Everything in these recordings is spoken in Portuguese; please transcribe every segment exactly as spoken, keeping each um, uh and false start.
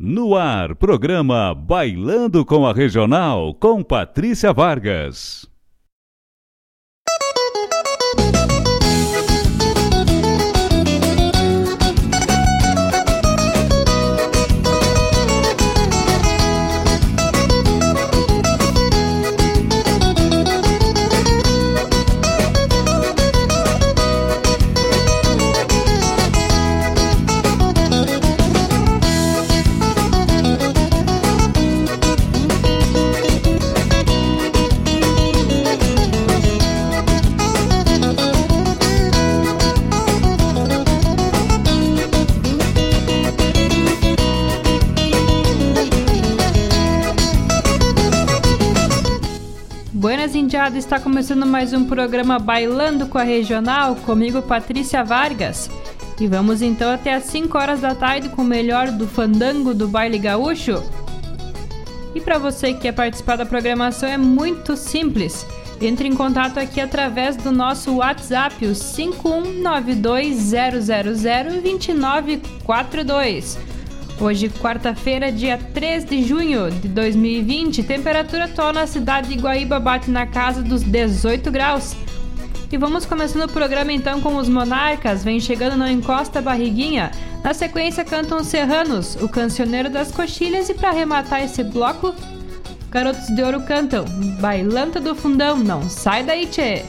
No ar, programa Bailando com a Regional, com Patrícia Vargas. Buenas Indiada, está começando mais um programa Bailando com a Regional, comigo Patrícia Vargas. E vamos então até às cinco horas da tarde com o melhor do fandango do baile gaúcho. E para você que quer participar da programação é muito simples. Entre em contato aqui através do nosso WhatsApp, o cinco um nove dois zero zero zero dois nove quatro dois. Hoje, quarta-feira, dia três de junho de dois mil e vinte, temperatura atual na cidade de Guaíba bate na casa dos dezoito graus. E vamos começando o programa então com os Monarcas, vem chegando Não Encosta a Barriguinha. Na sequência cantam os Serranos, o Cancioneiro das Coxilhas, e para arrematar esse bloco, Garotos de Ouro cantam Bailanta do Fundão, não sai daí, tchê!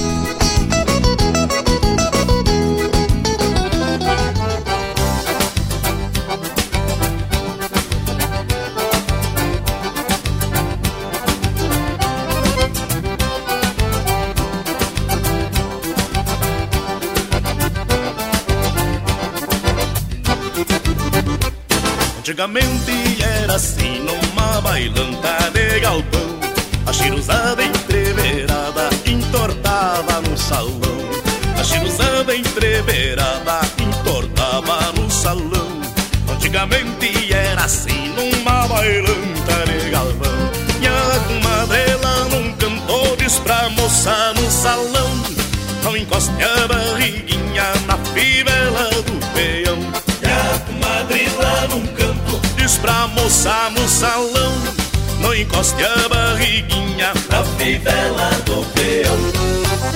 Antigamente era assim numa bailanta de galpão, a chiruzada entreverada entortava no salão. A chiruzada entreverada entortava no salão. Antigamente era assim numa bailanta de galpão, e a comadrela num cantor diz pra moça no salão: não encoste a barriguinha na fivela do peão. E a comadrela num cantor diz pra moça no salão: não encoste a barriguinha na fivela do peão.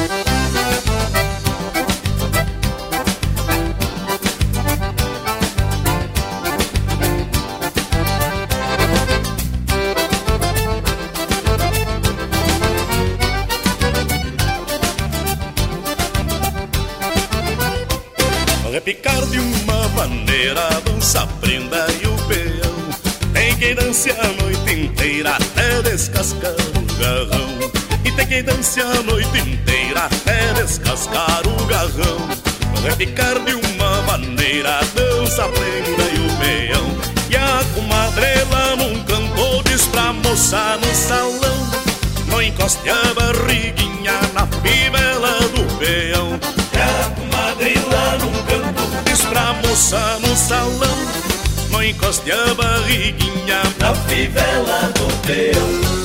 Repicar de uma maneira, dança a prenda e o peão. Tem quem dance a noite inteira até descascar o garrão. E tem quem dance a noite inteira até descascar o garrão. Repicar de uma maneira, dança a prenda e o peão. E a comadrela num cantor diz pra moça no salão: não encoste a barriguinha na fivela do peão. E a comadrela num cantor diz pra moça no salão: não encoste a barriguinha na fivela do peão.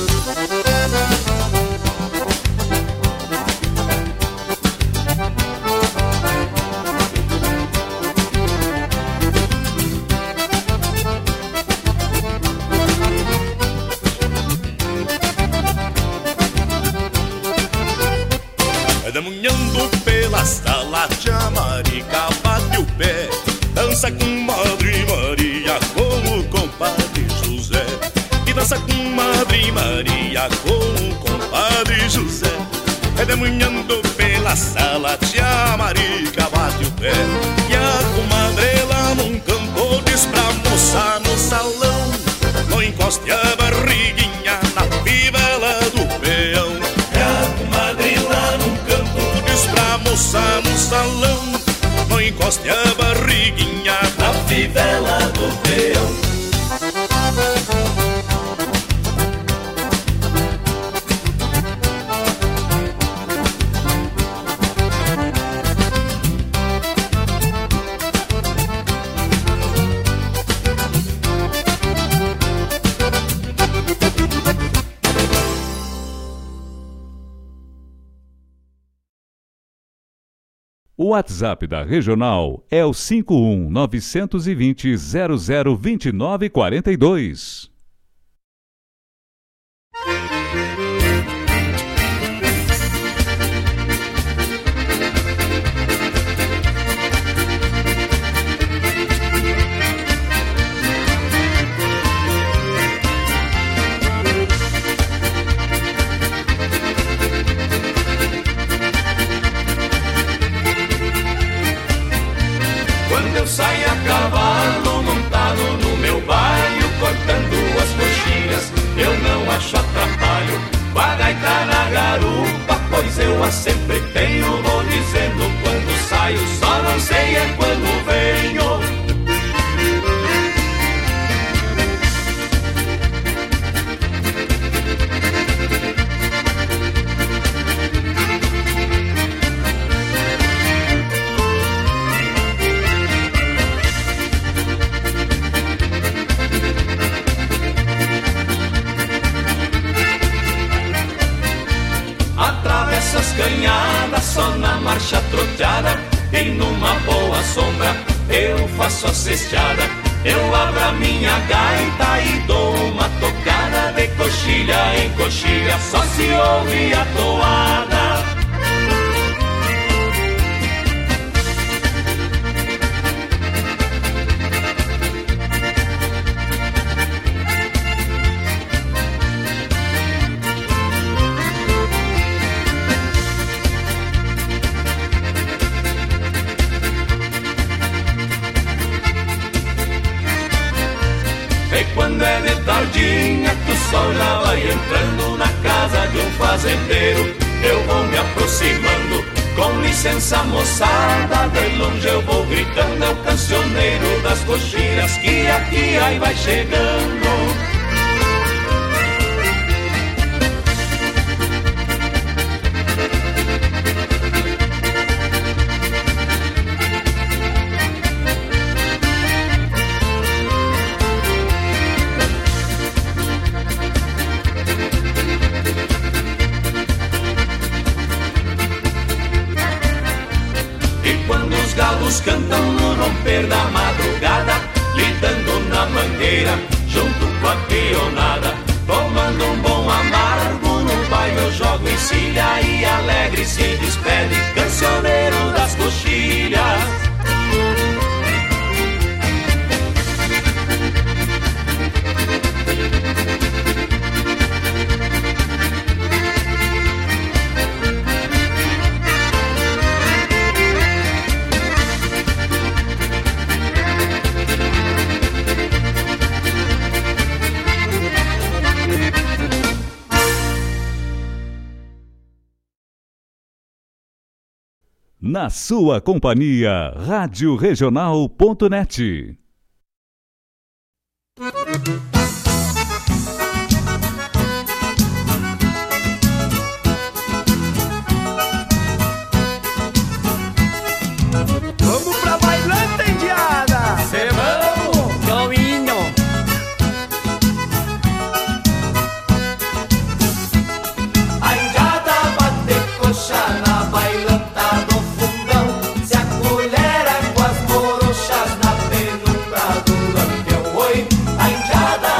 Demunhando pela sala, tia Marica bate o pé, dança com Madre Maria com o compadre José. E dança com Madre Maria com o compadre José. É demunhando pela sala, tia Marica bate o pé, e a comadrela num cantor diz pra moça no salão: não encoste a barriguinha na fivela do peão. E a comadrela num cantor diz pra moça no salão: não encoste a barriguinha na fivela do peão. O WhatsApp da Regional é o cinco um nove dois zero zero zero dois nove quatro dois. Quando eu saio a cavalo, montado no meu baio, cortando as coxilhas, eu não acho atrapalho. A gaita na garupa, pois eu a sempre tenho. Vou dizendo quando saio, só não sei é quando venho. Essas canhadas só na marcha troteada, e numa boa sombra eu faço a cesteada. Eu abro a minha gaita e dou uma tocada, de coxilha em coxilha só se ouve a toada. Quando é de tardinha que o sol já vai entrando na casa de um fazendeiro, eu vou me aproximando, com licença moçada, de longe eu vou gritando, é o cancioneiro das coxilhas que aqui aí vai chegando. Cantam no romper da madrugada, lidando na mangueira, junto com a peonada, tomando um bom amargo. No baile eu jogo em cilha e alegre se despede, cancioneiro das coxilhas. Na sua companhia, rádio regional ponto net. Vamos pra bailanta, indiada! Cê vamos! Tô indo! A indiada bate coxa na bailanta. A indiada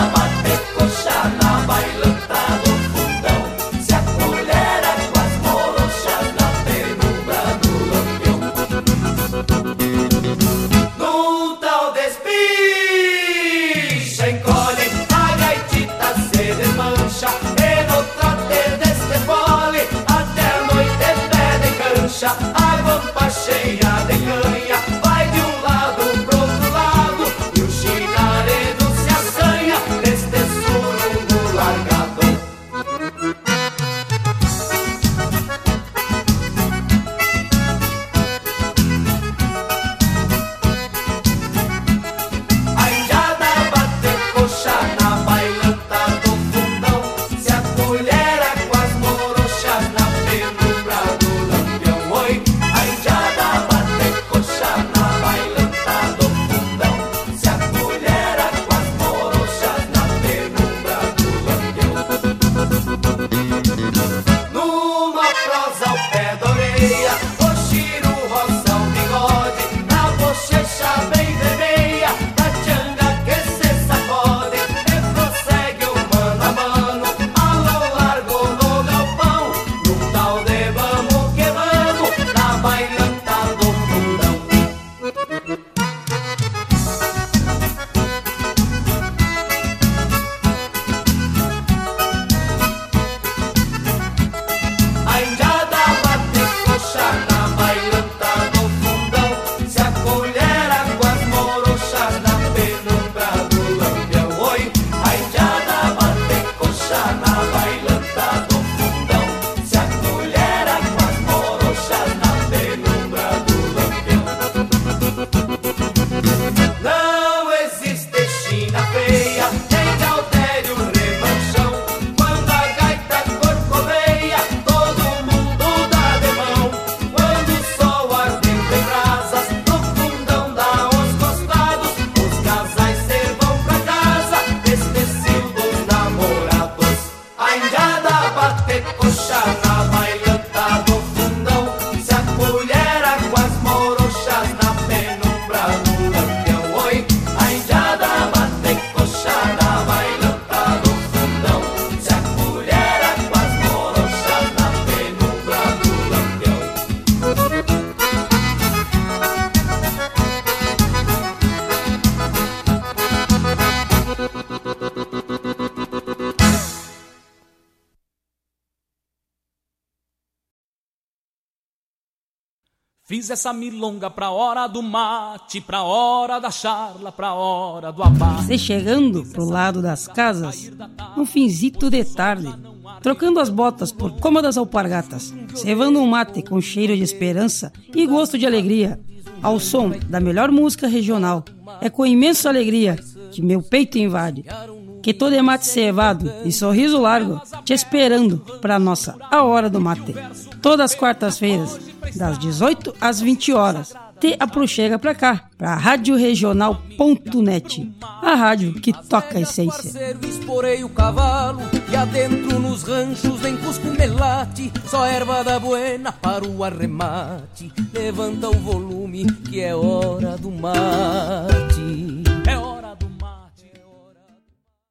Fiz essa milonga pra hora do mate, pra hora da charla, pra hora do abate. Você chegando pro lado das casas, um finzito de tarde, trocando as botas por cômodas alpargatas, cevando um mate com cheiro de esperança e gosto de alegria, ao som da melhor música regional. É com imensa alegria que meu peito invade, que todo é mate cevado e sorriso largo, te esperando pra nossa A Hora do Mate. Todas as quartas-feiras, das dezoito às vinte horas, te aproxega pra cá, pra rádio regional ponto net, a rádio que toca a essência. Esporei o cavalo e adentro nos ranchos nem cusco melate, só erva da buena para o arremate. Levanta o volume que é hora do mate. É hora do mate, é hora do...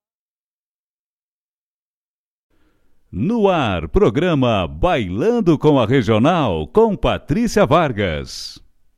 No ar, programa Bailando com a Regional, com Patrícia Vargas.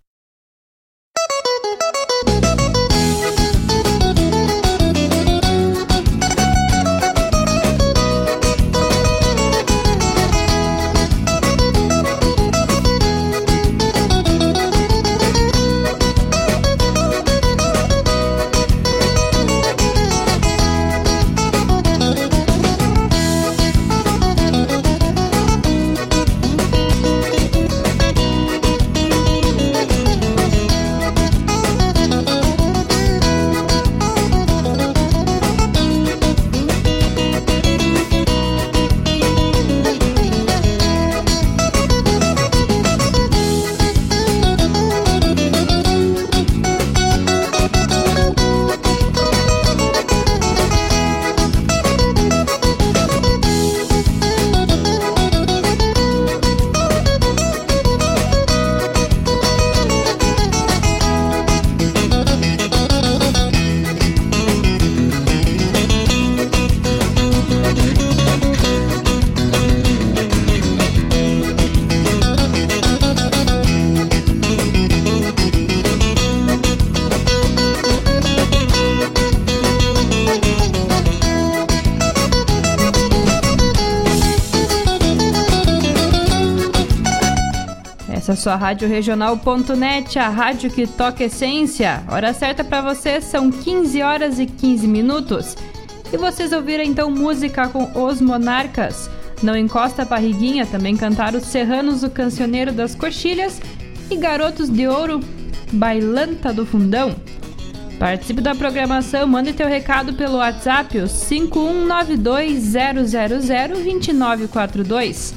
Sua rádio regional ponto net, a rádio que toca essência. Hora certa para você são quinze horas e quinze minutos. E vocês ouviram então música com Os Monarcas, Não Encosta a Barriguinha, também cantaram Os Serranos, o Cancioneiro das Coxilhas e Garotos de Ouro, Bailanta do Fundão. Participe da programação, mande teu recado pelo WhatsApp, o cinco um nove dois zero zero zero dois nove quatro dois.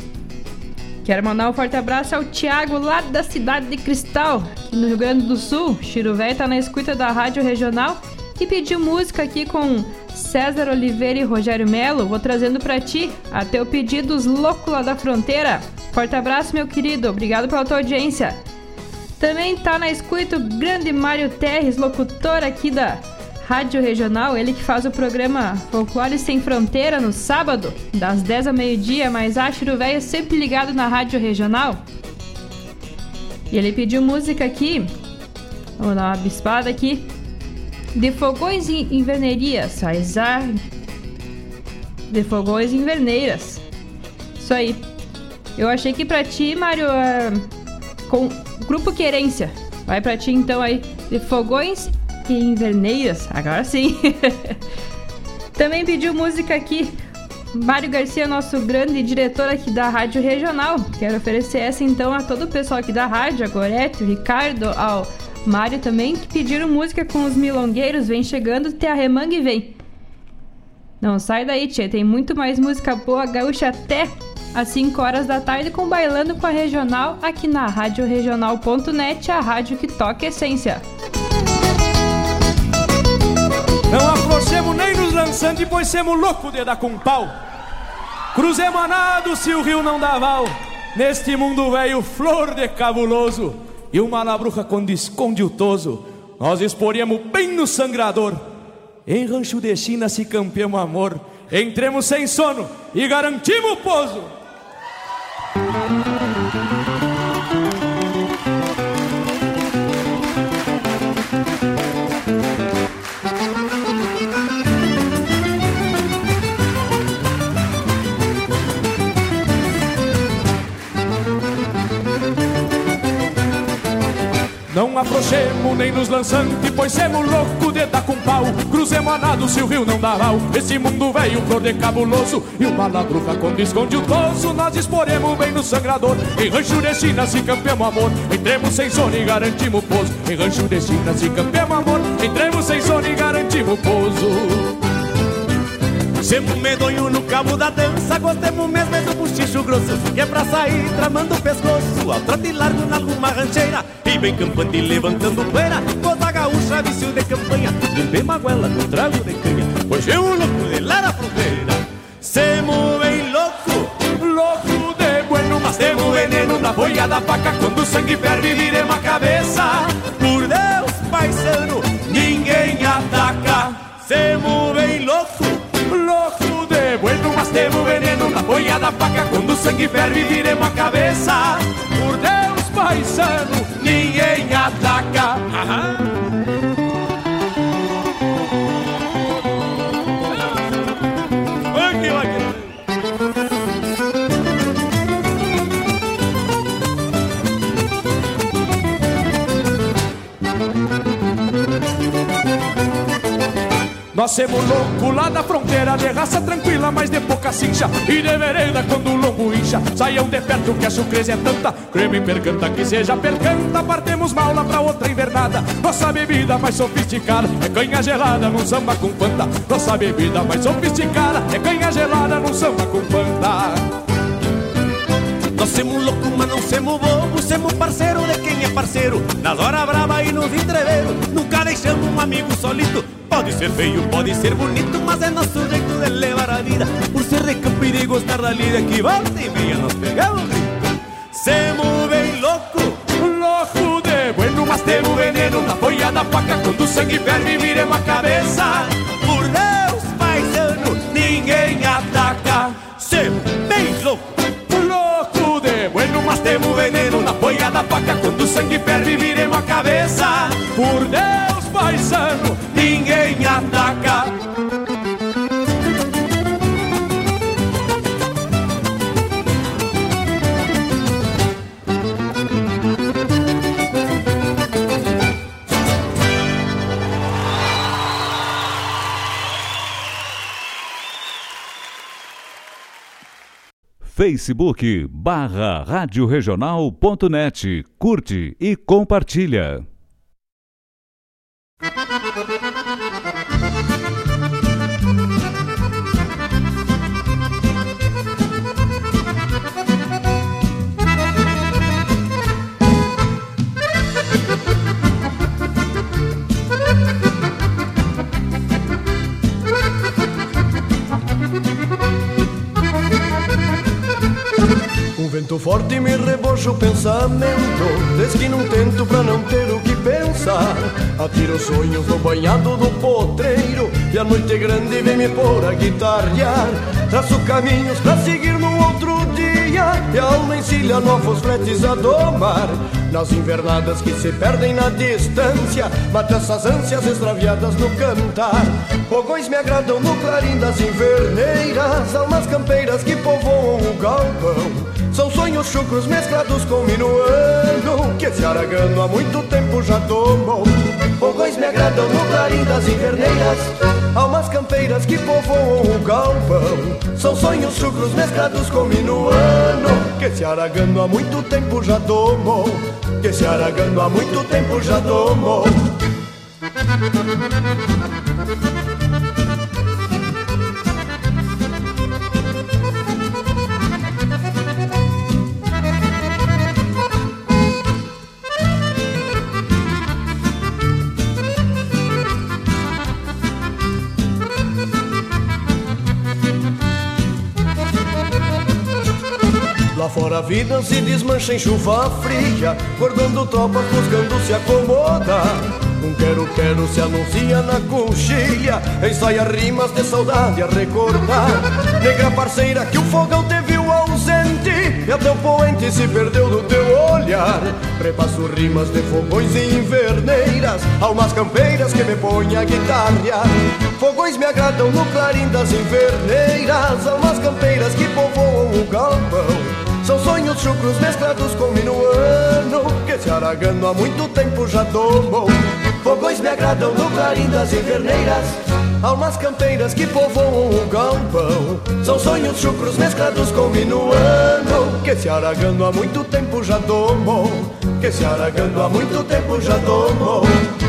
Quero mandar um forte abraço ao Tiago, lá da cidade de Cristal, aqui no Rio Grande do Sul. Chiro Véi tá na escuta da Rádio Regional e pediu música aqui com César Oliveira e Rogério Melo. Vou trazendo pra ti, até o pedido, Os Loucos lá da Fronteira. Forte abraço, meu querido, obrigado pela tua audiência. Também tá na escuta o grande Mário Terres, locutor aqui da Rádio Regional, ele que faz o programa Folclore Sem Fronteira no sábado, das dez ao meio-dia, mas Chiro Véio sempre ligado na Rádio Regional. E ele pediu música aqui, vamos dar uma bispada aqui, de Fogões e Invernerias, Aizar de Fogões e Inverneiras. Isso aí. Eu achei que pra ti, Mário, uh, com Grupo Querência, vai pra ti então aí, de Fogões e Inverneiras, agora sim. Também pediu música aqui Mário Garcia, nosso grande diretor aqui da Rádio Regional. Quero oferecer essa então a todo o pessoal aqui da rádio, a Gorete, o Ricardo, ao Mário também, que pediram música com os milongueiros. Vem chegando, te arremanga e vem. Não sai daí, tia, tem muito mais música boa gaúcha até às cinco horas da tarde com Bailando com a Regional aqui na rádio regional ponto net, a rádio que toca essência. Não afrouxemos nem nos lançando, pois semos loucos de dar com pau. Cruzemos a nado se o rio não dá val, neste mundo velho flor de cabuloso, e uma labruca quando esconde o toso, nós esporemos bem no sangrador. Em rancho de China se campeamos amor, entremos sem sono e garantimos o pouso. afrouxemos nem nos lançantes, pois semos louco de dar com pau. Cruzemos a nado se o rio não dá mal. Esse mundo velho, flor de cabuloso, e o maladruca quando esconde o toso. Nós exporemos bem no sangrador, em rancho de China se campeamos amor. Entremos sem sono e garantimos pouso. Em rancho de China se campeamos amor. Entremos sem sono e garantimos pouso. Semos medonho no cabo da dança, gostemos mesmo é do buchicho grosso, que é pra sair tramando o pescoço, ao trote largo na alguma rancheira, e bem campante levantando poeira, coisa gaúcha, vício de campanha, limpei maguela no trago de canha, hoje é um louco de lá na fronteira. Semos bem louco, louco de bueno, mas temos veneno na boia da faca, quando o sangue ferve viremos a cabeça, por Deus, paisano, ninguém ataca. Semos bem louco, louco de bueno, mas temos veneno na boia da faca, quando o sangue ferve viremos a cabeça, por Deus, paisano, ninguém ataca. Aham. Aqui, aqui. Nós semos louco lá da fronteira, de raça tranquila, mas de pouca cincha, e de vereda quando o lombo incha. Saiam de perto que a surpresa é tanta, creme percanta que seja percanta. Partemos mal lá pra outra invernada, nossa bebida mais sofisticada é canha gelada num samba com fanta. Nossa bebida mais sofisticada é canha gelada num samba com fanta. Nós semos louco, mas não semos bobo, semos parceiro de quem é parceiro, nas horas brava e nos entreveros, nunca deixamos um amigo solito. Pode ser feio, pode ser bonito, mas é nosso jeito de levar a vida, por ser de campo e de gostar da lida, que volta e meia nós pegamos grito. Semos bem louco, louco de bueno, mas temos veneno na boia da faca, quando o sangue ferve viremos a cabeça, por Deus, paisano, ninguém ataca. Semos bem louco, louco de bueno, mas temos veneno na boia da faca, quando o sangue ferve viremos a cabeça, por Deus, paisano, ninguém ataca. Facebook barra rádio regional ponto net. Curte e compartilha. Um vento forte me rebocha o pensamento, desde que não tento pra não ter o que pensar. Atiro sonhos no banhado do potreiro, e a noite grande vem me pôr a guitarrear. Traço caminhos pra seguir no outro dia, e a alma encilha novos fletes a domar. Nas invernadas que se perdem na distância, mata essas ânsias extraviadas no cantar. Fogões me agradam no clarim das inverneiras, almas campeiras que povoam o galpão. São sonhos chucros mesclados com minuano, que esse aragano há muito tempo já tomou. Fogões me agradam no clarim das inverneiras, almas campeiras que povoam o galpão. São sonhos chucros mesclados com minuano, que esse aragano há muito tempo já tomou. Que esse aragano há muito tempo já tomou. Lá fora a vida se desmancha em chuva fria, guardando tropas buscando se acomodar. Um quero-quero se anuncia na conchilha, ensaia rimas de saudade a recordar. Negra parceira que o fogão te viu ausente, e até o poente se perdeu no teu olhar. Repasso rimas de fogões e inverneiras, almas campeiras que me põem a guitarrear. Fogões me agradam no clarim das inverneiras, almas campeiras que povoam o galpão. São sonhos chucros mesclados com minuano, que esse aragano há muito tempo já domou. Fogões me agradam no clarim das inverneiras, almas campeiras que povoam o galpão. São sonhos chucros mesclados com minuano, que esse aragano há muito tempo já domou. Que esse aragano há muito tempo já domou.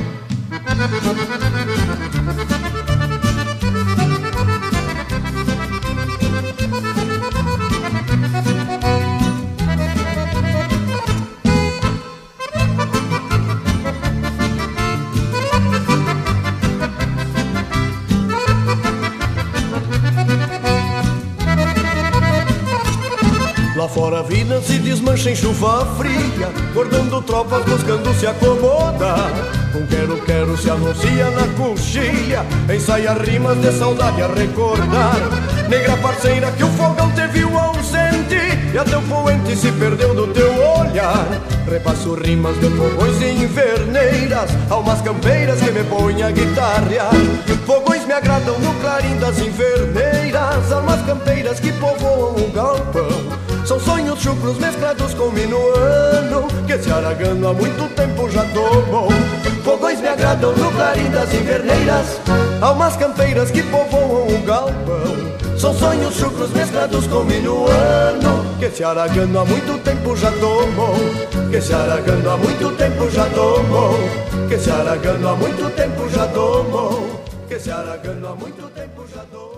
Lá fora a vida se desmancha em chuva fria, bordando tropas buscando se acomodar. Um quero-quero se anuncia na coxilha, ensaia rimas de saudade a recordar. Negra parceira que o fogão te viu ausente, e até o poente se perdeu do teu olhar. Repasso rimas de fogões e inverneiras, almas campeiras que me põem a guitarrear. Fogões me agradam no clarim das inverneiras, almas campeiras que povoam o galpão. São sonhos chucros mesclados com minuano, que esse aragano há muito tempo já domou. Fogões me agradam no clarim das inverneiras, almas campeiras que povoam o galpão. São sonhos chucros mesclados com minuano, que esse aragano há muito tempo já domou. Que esse aragano há muito tempo já domou. Que esse aragano há muito tempo já domou. Que esse aragano há muito tempo já domou.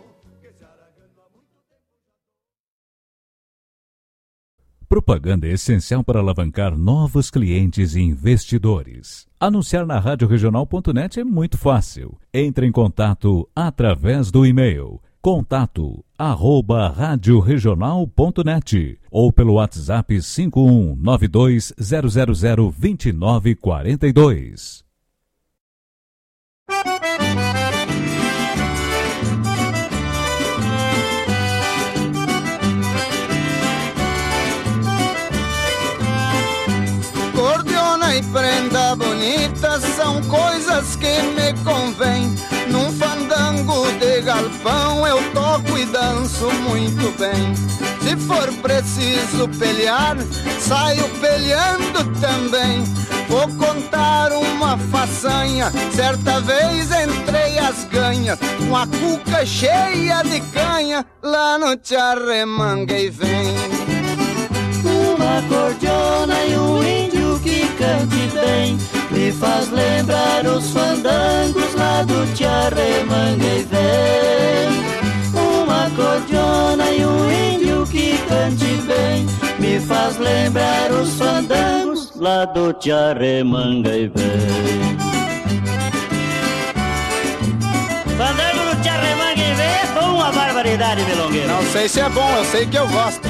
Propaganda é essencial para alavancar novos clientes e investidores. Anunciar na rádio regional ponto net é muito fácil. Entre em contato através do e-mail contato arroba rádio regional ponto net ou pelo WhatsApp cinco um nove dois zero zero zero dois nove quatro dois. Cordiona e prenda bonita são coisas que me convém. Num fandango de galpão eu toco e danço muito bem. Se for preciso pelear, saio peleando também. Vou contar uma façanha, certa vez entrei as ganhas, com a cuca cheia de canha, lá no te arremanguei vem. Uma cordiona e um índio que cante bem, me faz lembrar os fandangos lá do te arremanguei vem. Uma cordiona e um índio que cante bem, me faz lembrar os fandangos lá do te arremanguei vem. Fandango do te arremanguei vem é bom a barbaridade, milongueiro. Não sei se é bom, eu sei que eu gosto.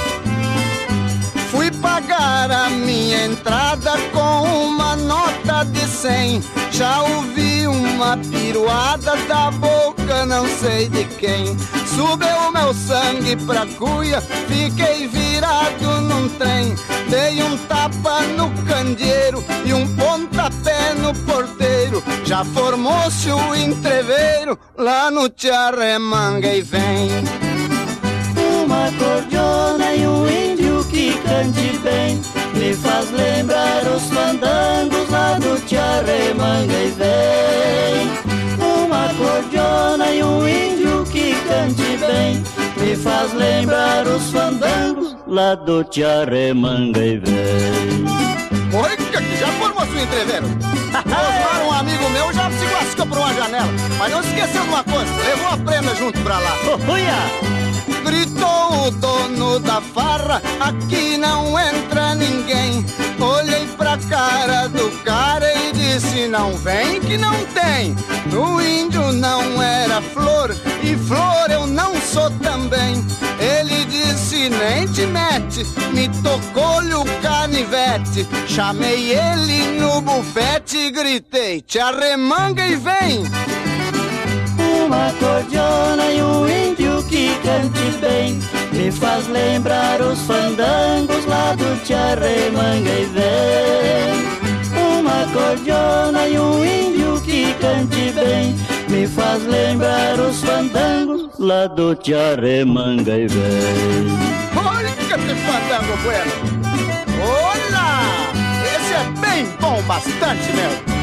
Fui pagar a minha entrada com uma nota de cem. Já ouvi uma piruada da boca não sei de quem. Subiu meu sangue pra cuia, fiquei virado num trem. Dei um tapa no candeeiro e um pontapé no porteiro. Já formou-se o entreveiro, lá no te arremanguei vem. Uma cordiona e um índio que cante bem, me faz lembrar os fandangos lá do te arremanguei vem. Uma cordiona e um índio que cante bem, me faz lembrar os fandangos lá do te arremanguei vem. Oi, que já formou-se o entreveiro. Osmar, um amigo meu, já se lascou por uma janela. Mas não esqueceu de uma coisa, levou a prenda junto pra lá. Uia! Gritou o dono da farra, aqui não entra ninguém. Olhei pra cara do cara e disse, não vem que não tem. O índio não era flor, e flor eu não sou também. Ele disse, nem te mete, me tocou-lhe o canivete. Chamei ele no bufete e gritei, te arremanga e vem. Uma cordiona e um índio que cante bem, me faz lembrar os fandangos lá do te arremanguei vem. Uma cordiona e um índio que cante bem, me me faz lembrar os fandangos lá do Tiarremanga e Véi. Olha que fandango bueno! Olá! Esse é bem bom, bastante mesmo!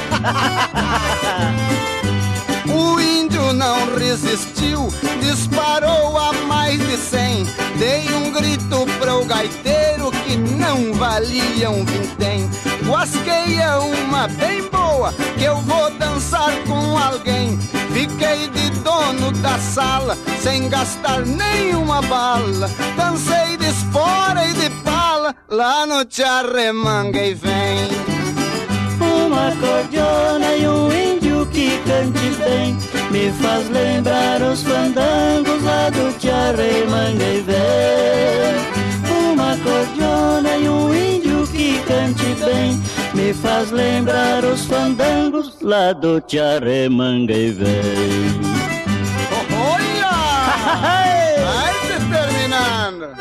O índio não resistiu, disparou a mais de cem. Dei um grito pro gaiteiro que não valia um vintém. Guasqueia uma bem boa, que eu vou dançar com alguém. Fiquei de dono da sala, sem gastar nenhuma bala. Dancei de espora e de pala, lá no Tiarremanga e Vem. Uma cordiona e um índio que cante bem me faz lembrar os fandangos lá do Tiarremanga e Vem. Uma cordiona e um índio que cante bem me faz lembrar os fandangos lá do Tiarremanga e Vem. Olha! Vai se terminando!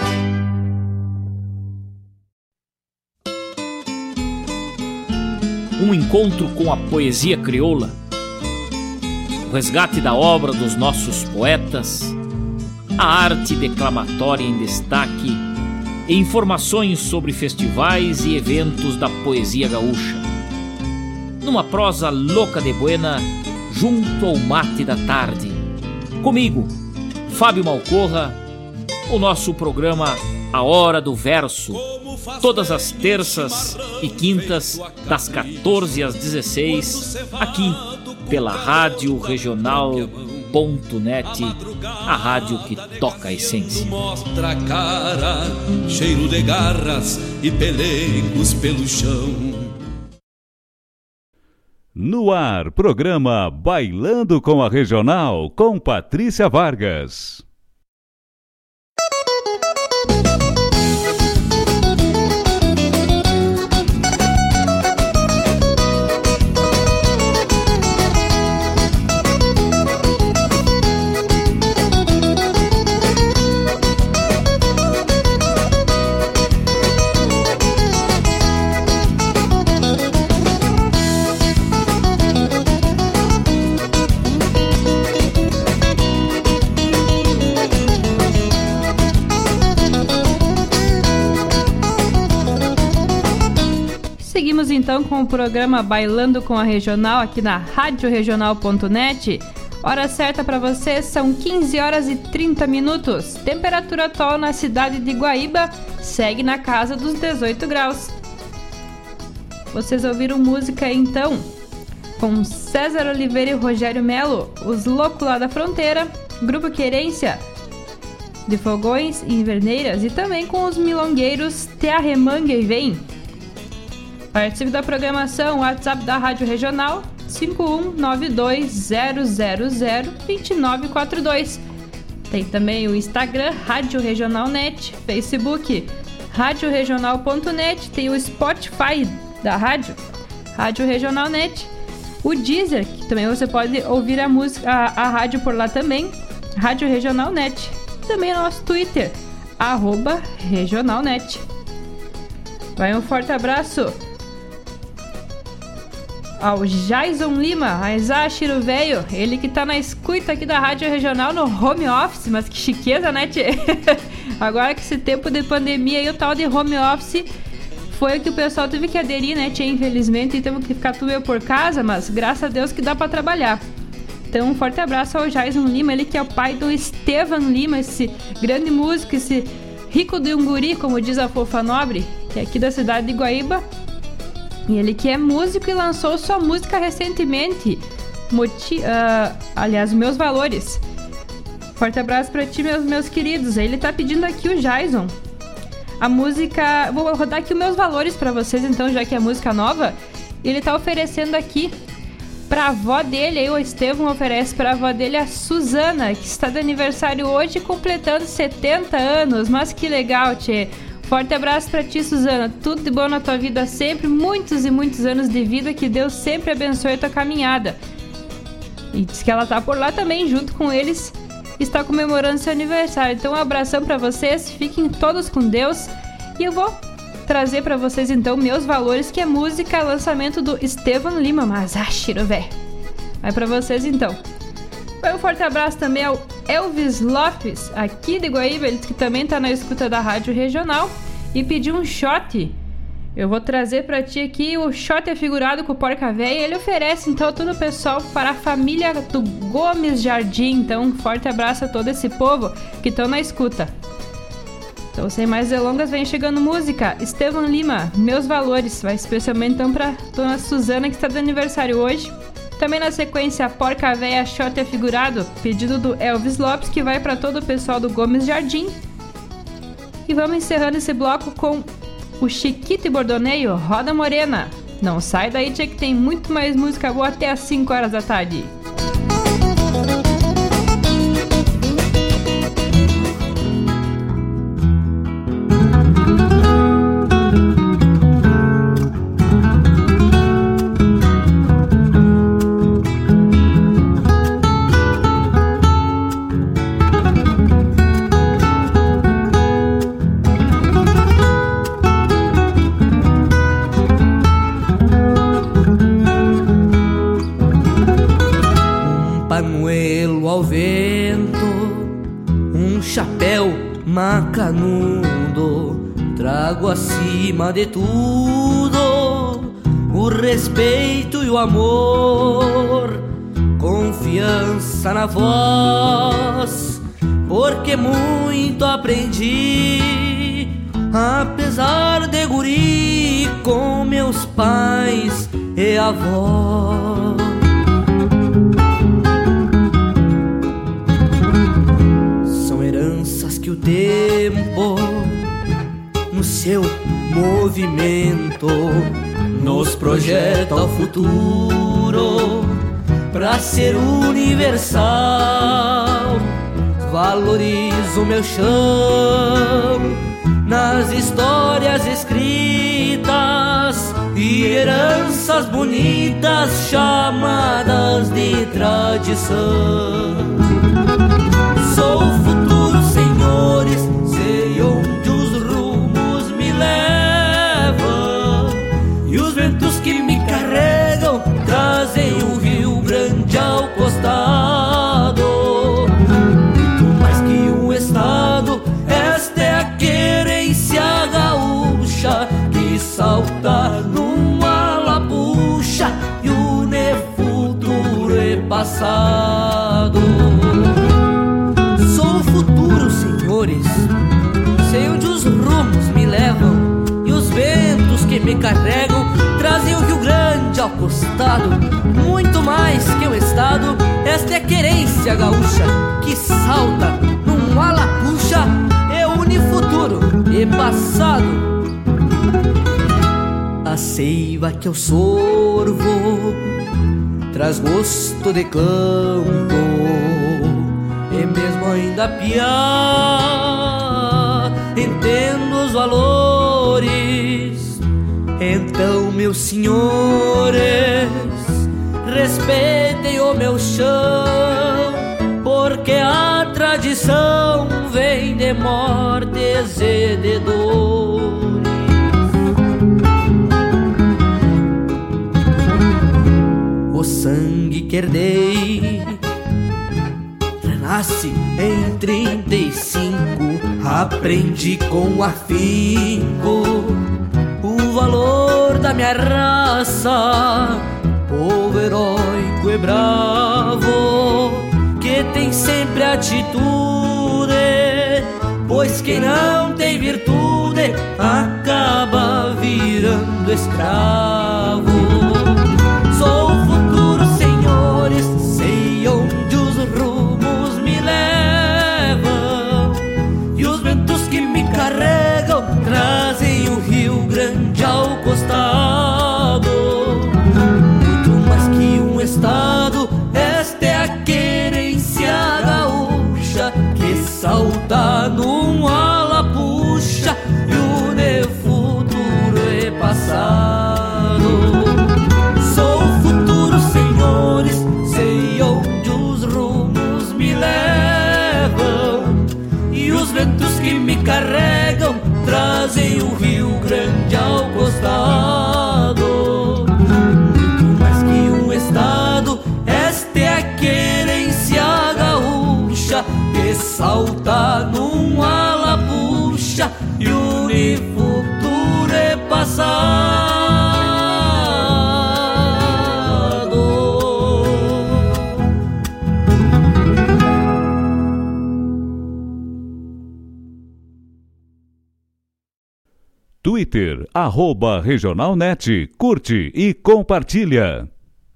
Um encontro com a poesia crioula, o resgate da obra dos nossos poetas, a arte declamatória em destaque e informações sobre festivais e eventos da poesia gaúcha. Numa prosa louca de buena, junto ao mate da tarde. Comigo, Fábio Malcorra, o nosso programa A Hora do Verso, todas as terças e quintas, das quatorze às dezesseis, aqui pela Rádio Regional ponto net, a rádio que toca a essência. Mostra a cara, cheiro de garras e pelegos pelo chão. No ar, programa Bailando com a Regional, com Patrícia Vargas. Seguimos então com o programa Bailando com a Regional aqui na rádio regional ponto net. Hora certa para vocês são quinze horas e trinta minutos. Temperatura atual na cidade de Guaíba segue na casa dos dezoito graus. Vocês ouviram música então com César Oliveira e Rogério Melo, Os Loucos lá da Fronteira, Grupo Querência de Fogões e Inverneiras e também com os milongueiros Tiarremanga e Vem. Participe da programação, WhatsApp da Rádio Regional cinco um nove dois zero zero zero dois nove quatro dois. Tem também o Instagram Rádio Regional Net, Facebook rádio regional ponto net, tem o Spotify da rádio, Rádio Regional Net, o Deezer, que também você pode ouvir a música, a, a rádio por lá também, Rádio Regional Net. Também o nosso Twitter, arroba Regional Net. Vai um forte abraço ao Jason Lima, a Exáchiro Velho, ele que tá na escuta aqui da Rádio Regional no home office, mas que chiqueza, né, tchê? Agora que esse tempo de pandemia e o tal de home office foi o que o pessoal teve que aderir, né, tchê? Infelizmente, e temos que ficar tudo eu por casa, mas graças a Deus que dá pra trabalhar. Então, um forte abraço ao Jason Lima, ele que é o pai do Estevan Lima, esse grande músico, esse rico de um guri, como diz a Fofa Nobre, que é aqui da cidade de Guaíba. E ele que é músico e lançou sua música recentemente, Moti- uh, aliás, Meus Valores. Forte abraço pra ti, meus, meus queridos. Ele tá pedindo aqui o Jason. A música... Vou rodar aqui os Meus Valores pra vocês, então, já que é música nova. Ele tá oferecendo aqui pra avó dele, aí o Estevão oferece pra avó dele a Suzana, que está de aniversário hoje, completando setenta anos. Mas que legal, tchê. Forte abraço pra ti, Suzana. Tudo de bom na tua vida sempre. Muitos e muitos anos de vida. Que Deus sempre abençoe a tua caminhada. E diz que ela tá por lá também, junto com eles. Está comemorando seu aniversário. Então, um abração pra vocês. Fiquem todos com Deus. E eu vou trazer pra vocês, então, Meus Valores, que é música, lançamento do Estevan Lima. Mas, ah, cheiro, véi. Vai pra vocês, então. Um forte abraço também ao Elvis Lopes, aqui de Guaíba, ele que também está na escuta da Rádio Regional, e pediu um shot. Eu vou trazer para ti aqui o shot afigurado com o Porca Véia. Ele oferece então a todo o pessoal para a família do Gomes Jardim. Então um forte abraço a todo esse povo que estão na escuta. Então sem mais delongas, vem chegando música. Estevam Lima, Meus Valores. Vai especialmente então para dona Suzana, que está de aniversário hoje. Também na sequência, Porca Véia, shot afigurado, pedido do Elvis Lopes, que vai para todo o pessoal do Gomes Jardim. E vamos encerrando esse bloco com o Chiquito e Bordoneio, Roda Morena. Não sai daí, tia, que tem muito mais música boa até às cinco horas da tarde. Macanudo, trago acima de tudo o respeito e o amor, confiança na voz, porque muito aprendi, apesar de guri, com meus pais e avós. Que o tempo, no seu movimento, nos projeta o futuro pra ser universal. Valorizo meu chão nas histórias escritas e heranças bonitas chamadas de tradição. Sou o futuro, senhores, sei onde os rumos me levam, e os ventos que me carregam trazem o Rio Grande ao costado. Muito mais que um estado, esta é a querência gaúcha que salta numa lapucha e une futuro e passado. Sei onde os rumos me levam, e os ventos que me carregam trazem o Rio Grande ao costado. Muito mais que um estado, esta é a querência gaúcha que salta num alapuxa e une futuro e passado. A seiva que eu sorvo traz gosto de campo, e mesmo ainda piar, entendo os valores. Então, meus senhores, respeitem o meu chão, porque a tradição vem de mortes e de dores. O sangue que herdei nasce em trinta e cinco, aprendi com afinco o valor da minha raça, povo heróico e bravo, que tem sempre atitude, pois quem não tem virtude acaba virando escravo. Sou o futuro, senhores, sei onde os rumos me levam, e os ventos que me carregam trazem o Rio Grande ao costado. Muito mais que um estado, esta é a querência gaúcha que salta num alapuxa e une futuro e passado. Twitter, arroba regionalnet, curte e compartilha.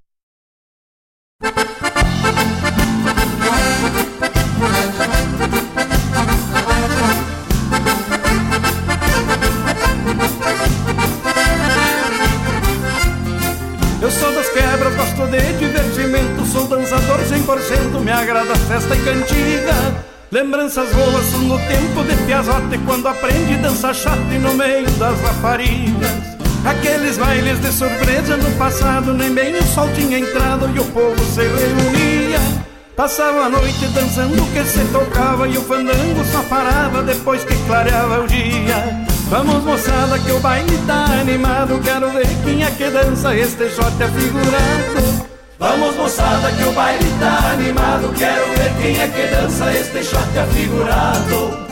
Eu sou das quebras, gosto de divertimento, sou dançador cem por cento, me agrada festa e cantiga. Lembranças boas são no tempo de piazote, quando aprendi dançar chato e no meio das raparigas. Aqueles bailes de surpresa no passado, nem bem o sol tinha entrado e o povo se reunia. Passava a noite dançando o que se tocava e o fandango só parava depois que clareava o dia. Vamos moçada que o baile tá animado, quero ver quem é que dança este shot afigurado. Vamos moçada que o baile tá animado, quero ver quem é que dança este shot afigurado.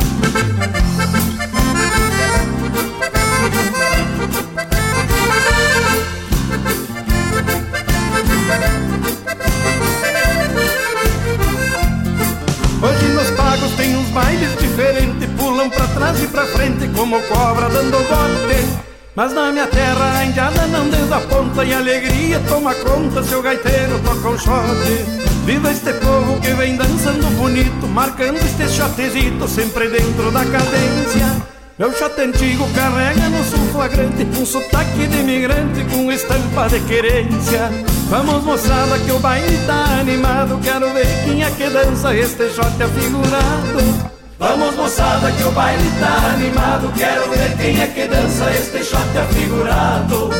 Hoje nos pagos tem uns bailes diferentes, pulam pra trás e pra frente como cobra dando bote. Mas na minha terra a indiada não desaponta e a alegria toma conta se o gaiteiro toca um shot. Viva este povo que vem dançando bonito, marcando este shotezito sempre dentro da cadência. Meu shot antigo carrega no sul flagrante um sotaque de imigrante com estampa de querência. Vamos moçada que o baile tá animado, quero ver quem é que dança este shot afigurado. Vamos moçada que o baile tá animado, quero ver quem é que dança este shot afigurado.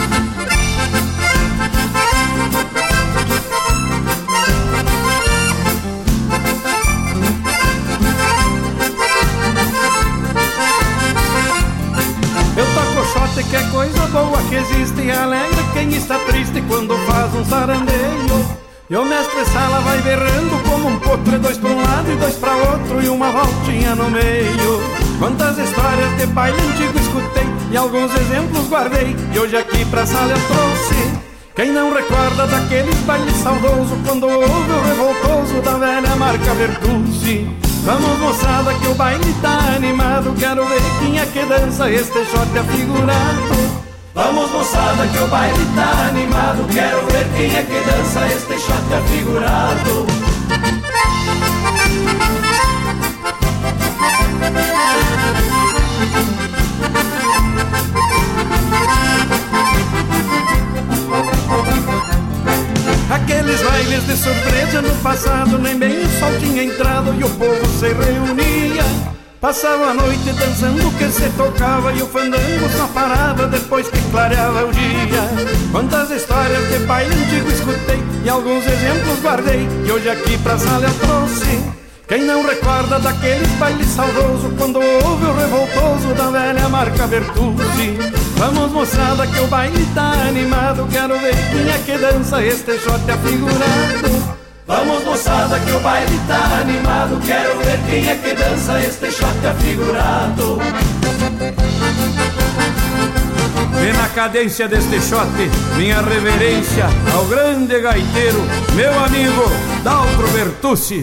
Eu toco shot que é coisa boa que existe e alegra quem está triste quando faz um sarandeio. E o mestre Sala vai berrando como um potro, dois pra um lado e dois pra outro e uma voltinha no meio. Quantas histórias de baile antigo escutei e alguns exemplos guardei e hoje aqui pra sala eu trouxe. Quem não recorda daqueles bailes saudoso quando ouve o revoltoso da velha marca Bertucci. Vamos moçada que o baile tá animado, quero ver quem é que dança este shot afigurado. Vamos moçada que o baile tá animado, quero ver quem é que dança este shot afigurado. Aqueles bailes de surpresa no passado, nem bem o sol tinha entrado e o povo se reunia. Passava a noite dançando o que se tocava e o fandango só parava depois que clareava o dia. Quantas histórias de baile antigo escutei e alguns exemplos guardei e hoje aqui pra sala eu trouxe. Quem não recorda daqueles bailes saudoso quando ouve o revoltoso da velha marca Bertucci. Vamos moçada que o baile tá animado, quero ver quem é que dança este shot afigurado. Vamos moçada que o baile tá animado, quero ver quem é que dança este shot afigurado. E na cadência deste shot, minha reverência ao grande gaiteiro, meu amigo Daltro Bertucci.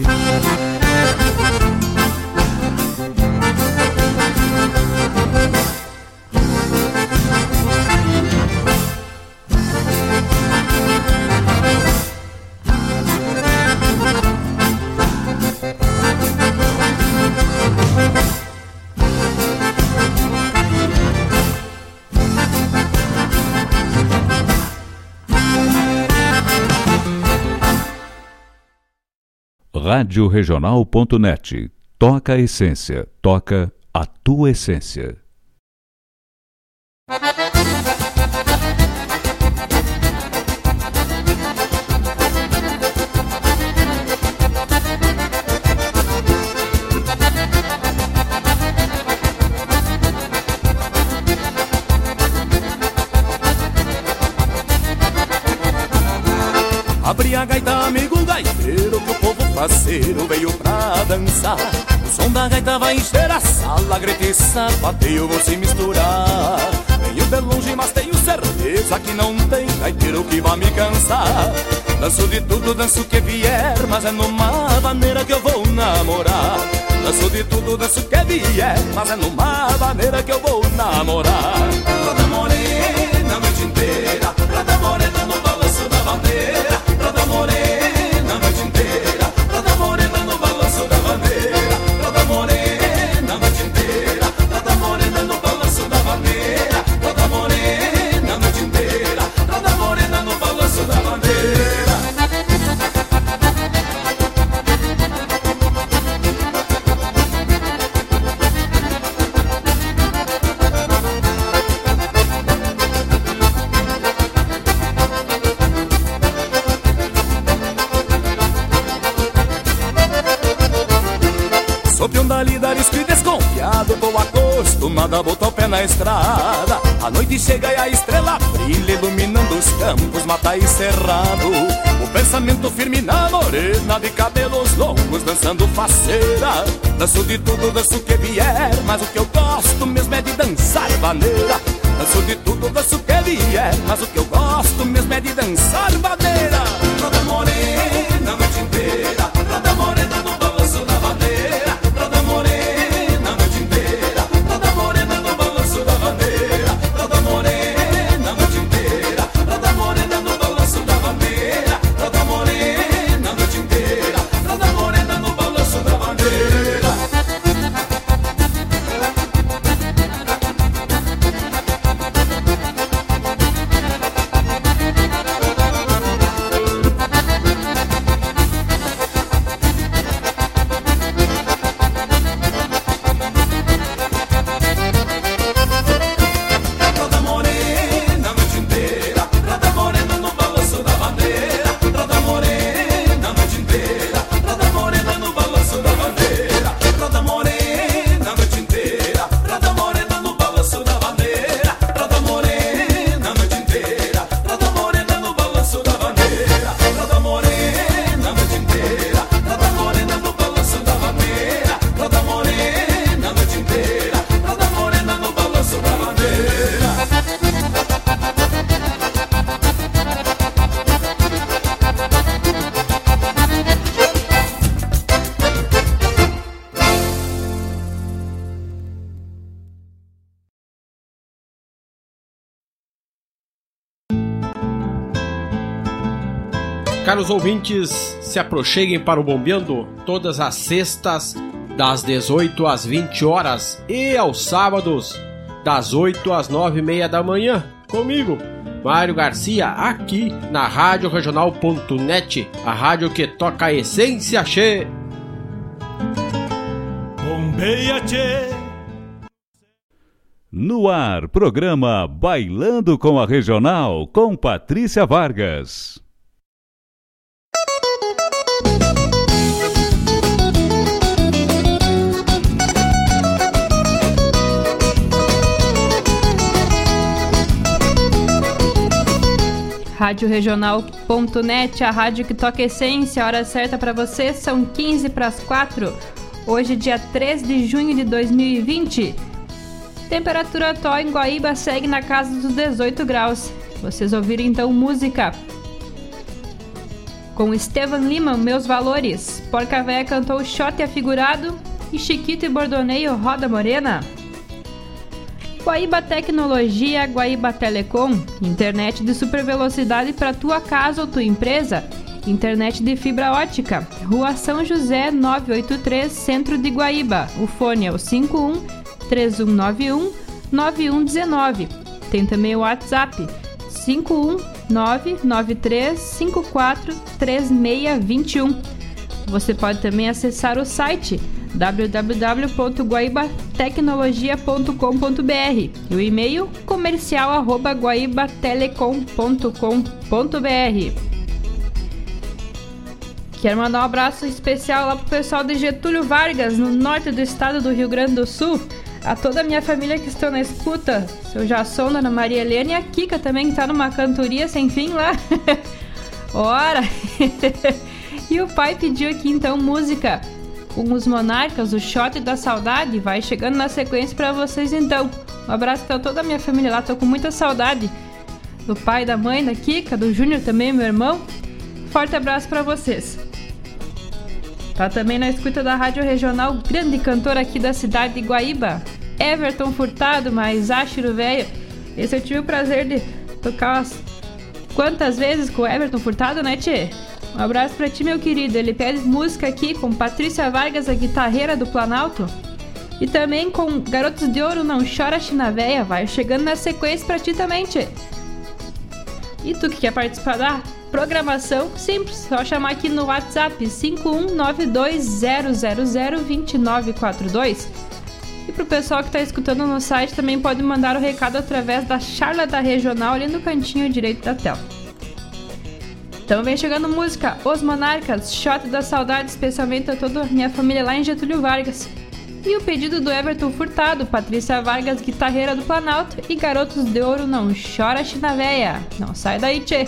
rádio regional ponto net. Toca a essência, toca a tua essência. Abri a gaita, amigo gaiteiro, que o povo faceiro veio pra dançar. O som da gaita vai encher a sala, grita e sapateio, vou se misturar. Venho de longe, mas tenho certeza que não tem gaiteiro que vá me cansar. Danço de tudo, danço o que vier, mas é numa maneira que eu vou namorar. Danço de tudo, danço que vier, mas é numa maneira que eu vou namorar. Roda morena a noite inteira, roda morena no balanço da bandeira. Roda morena a noite inteira, roda morena no balanço da bandeira. Roda morena a noite inteira, roda morena no balanço da bandeira. Roda morena a noite inteira, roda morena no balanço da bandeira. Sou peão da lida, arisco e desconfiado, tô acostumado a botar o pé na estrada. A noite chega e a estrela brilha, iluminando os campos, mata e cerrado. O pensamento firme na morena, de cabelos longos, dançando faceira. Danço de tudo, danço o que vier, mas o que eu gosto mesmo é de dançar vaneira. Danço de tudo, danço o que vier, mas o que eu gosto mesmo é de dançar vaneira. Roda morena a noite inteira, roda morena no balanço da bandeira. Roda morena a noite inteira, roda morena no balanço da bandeira. Roda morena a noite inteira, roda morena no balanço da bandeira. Roda morena a noite inteira, roda morena no balanço da bandeira. Caros ouvintes, se aproxeguem para o Bombeando todas as sextas, das dezoito às vinte horas e aos sábados, das oito às nove e meia da manhã, comigo, Mário Garcia, aqui na rádio regional ponto net, a rádio que toca a essência, che! Bombeia, che! No ar, programa Bailando com a Regional, com Patrícia Vargas. rádio regional ponto net, a rádio que toca essência. A hora certa para você são quinze para as quatro. Hoje, dia três de junho de dois mil e vinte. Temperatura atual em Guaíba segue na casa dos dezoito graus. Vocês ouviram então música com Estevan Lima, Meus Valores. Porca Véia cantou Shot Afigurado e Chiquito e Bordoneio, Roda Morena. Guaíba Tecnologia, Guaíba Telecom, internet de super velocidade para tua casa ou tua empresa. Internet de fibra ótica, Rua São José novecentos e oitenta e três, Centro de Guaíba. O fone é o cinco um, três um nove um, nove um um nove. Tem também o WhatsApp cinco um nove nove três cinco quatro três seis dois um. Você pode também acessar o site w w w ponto guaíba tecnologia ponto com ponto b r e o e-mail comercial arroba guaíba telecom ponto com ponto b r. Quero mandar um abraço especial lá pro pessoal de Getúlio Vargas, no norte do estado do Rio Grande do Sul, a toda a minha família que estão na escuta, seu Jasson, Dona Maria Helena e a Kika também, que tá numa cantoria sem fim lá. Ora! E o pai pediu aqui então música com os Monarcas, o Shot da Saudade, vai chegando na sequência pra vocês então. Um abraço pra toda a minha família lá, tô com muita saudade do pai, da mãe, da Kika, do Júnior também, meu irmão. Forte abraço pra vocês. Tá também na escuta da Rádio Regional, grande cantor aqui da cidade de Guaíba, Everton Furtado, mais áchiro velho. Esse eu tive o prazer de tocar umas quantas vezes com o Everton Furtado, né, tchê? Um abraço pra ti, meu querido. Ele pede música aqui com Patrícia Vargas, a guitarreira do Planalto. E também com Garotos de Ouro, Não Chora China Véia. Vai chegando na sequência pra ti também, tchê. E tu que quer participar da programação, simples, só chamar aqui no WhatsApp cinco um nove dois zero zero zero dois nove quatro dois. E pro pessoal que tá escutando no site também pode mandar o recado através da charla da regional ali no cantinho direito da tela. Então vem chegando música Os Monarcas, Shot da Saudade, especialmente a toda a minha família lá em Getúlio Vargas. E o pedido do Everton Furtado, Patrícia Vargas, guitarreira do Planalto, e Garotos de Ouro, Não Chora China Véia. Não sai daí, tchê!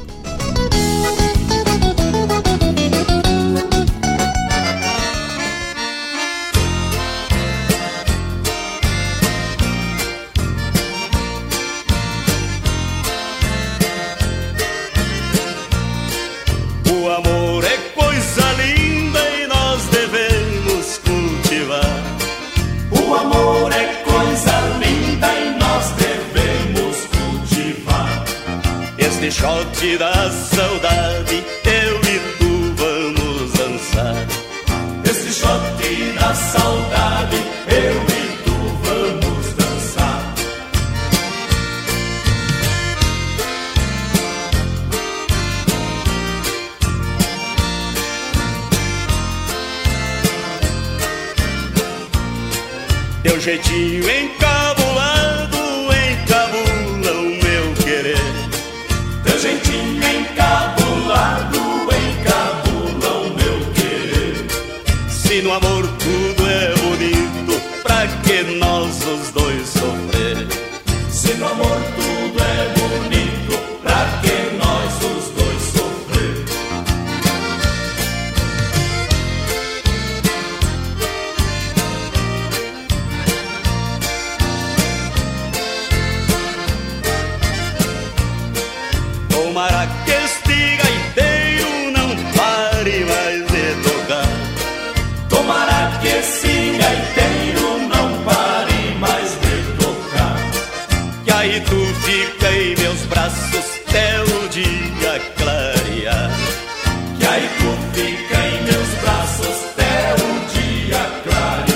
O amor é coisa linda e nós devemos cultivar. O amor é coisa linda e nós devemos cultivar. Este shot da saudade, eu e tu vamos dançar. Este shot da saudade, eu e tu vamos dançar. Teu jeitinho encabulado encabula o meu querer. Teu jeitinho encabulado encabula o meu querer. Se no amor tudo é bonito, pra que nós os dois sofrer? Se no amor tudo é bonito, pra que nós os dois sofrer? Tomara que este gaiteiro não pare mais de tocar. Tomara que esse gaiteiro não pare mais de tocar. Que aí tu fica em meus braços até o dia clarear. Que aí tu fica em meus braços até o dia clarear.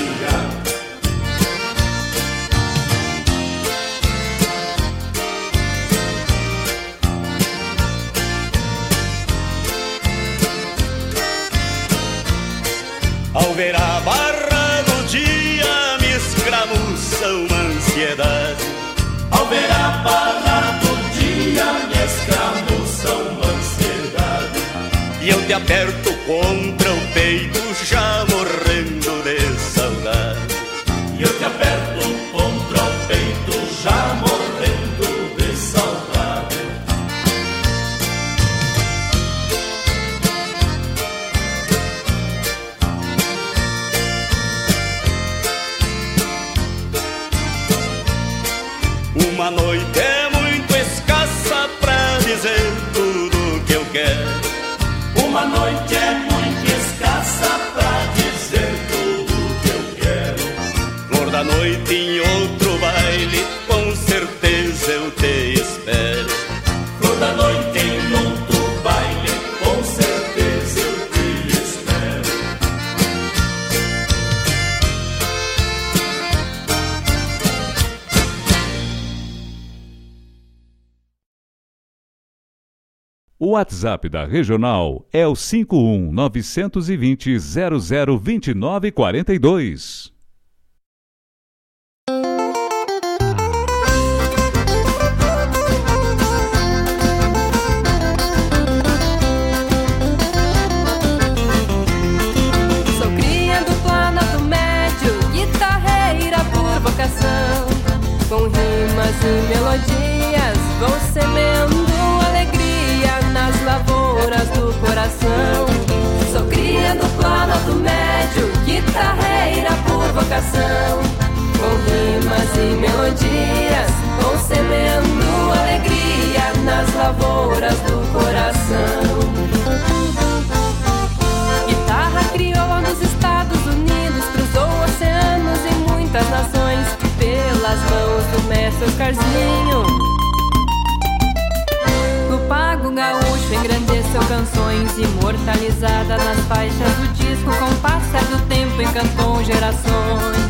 Ao ver a barra do dia me escramuça uma ansiedade. Ao ver a barra do dia me escramuça uma ansiedade. E eu te aperto contra o peito já morrendo de saudade. E eu te aperto contra o peito já morrendo de saudade. Uma noite é muito escassa pra dizer tudo que eu quero. Uma noite é muito escassa pra dizer tudo que eu quero. Flor da noite em outro baile, com certeza eu te espero. Flor da noite em outro baile, com certeza eu te espero. O WhatsApp da Regional é o cinco um nove dois zero zero zero dois nove quatro dois. Sou cria do Planalto Médio, guitarreira por vocação. Com rimas e melodias vou semeando alegria nas lavouras do coração. Sou cria do Planalto Médio, guitarreira por vocação. Com rimas e melodias vou semeando alegria nas lavouras do coração. Guitarra crioula do mestre Oscarzinho. O pago gaúcho engrandeceu canções imortalizadas nas faixas do disco. Com o passar do tempo encantou gerações.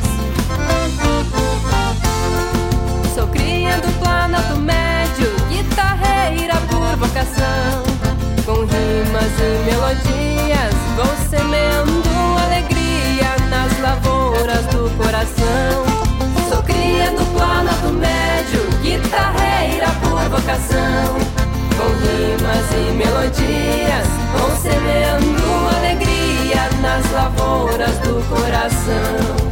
Sou cria do Planalto Médio, guitarreira por vocação. Com rimas e melodias vou semeando alegria nas lavouras do coração. Sou cria do Planalto Médio, guitarreira por vocação. Com rimas e melodias vou semeando alegria nas lavouras do coração.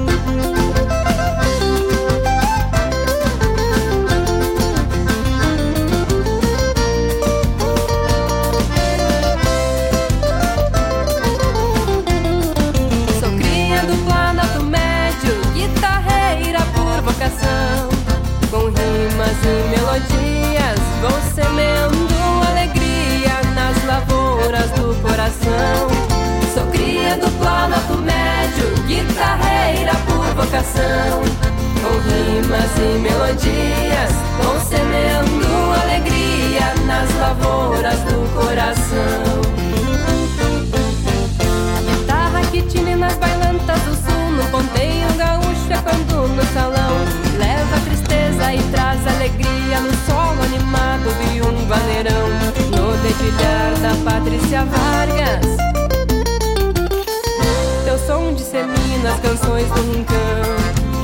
Com rimas e melodias vou semeando alegria nas lavouras do coração. Sou cria do Planalto Médio, guitarreira por vocação. Com rimas e melodias vou semeando alegria nas lavouras do coração. Guitarra que tine nas bailantas do sul, no ponteio gaúcho é quando no salão leva tristeza e traz alegria no solo animado de um vaneirão. No dedilhar da Patrícia Vargas, teu som dissemina as canções do rincão.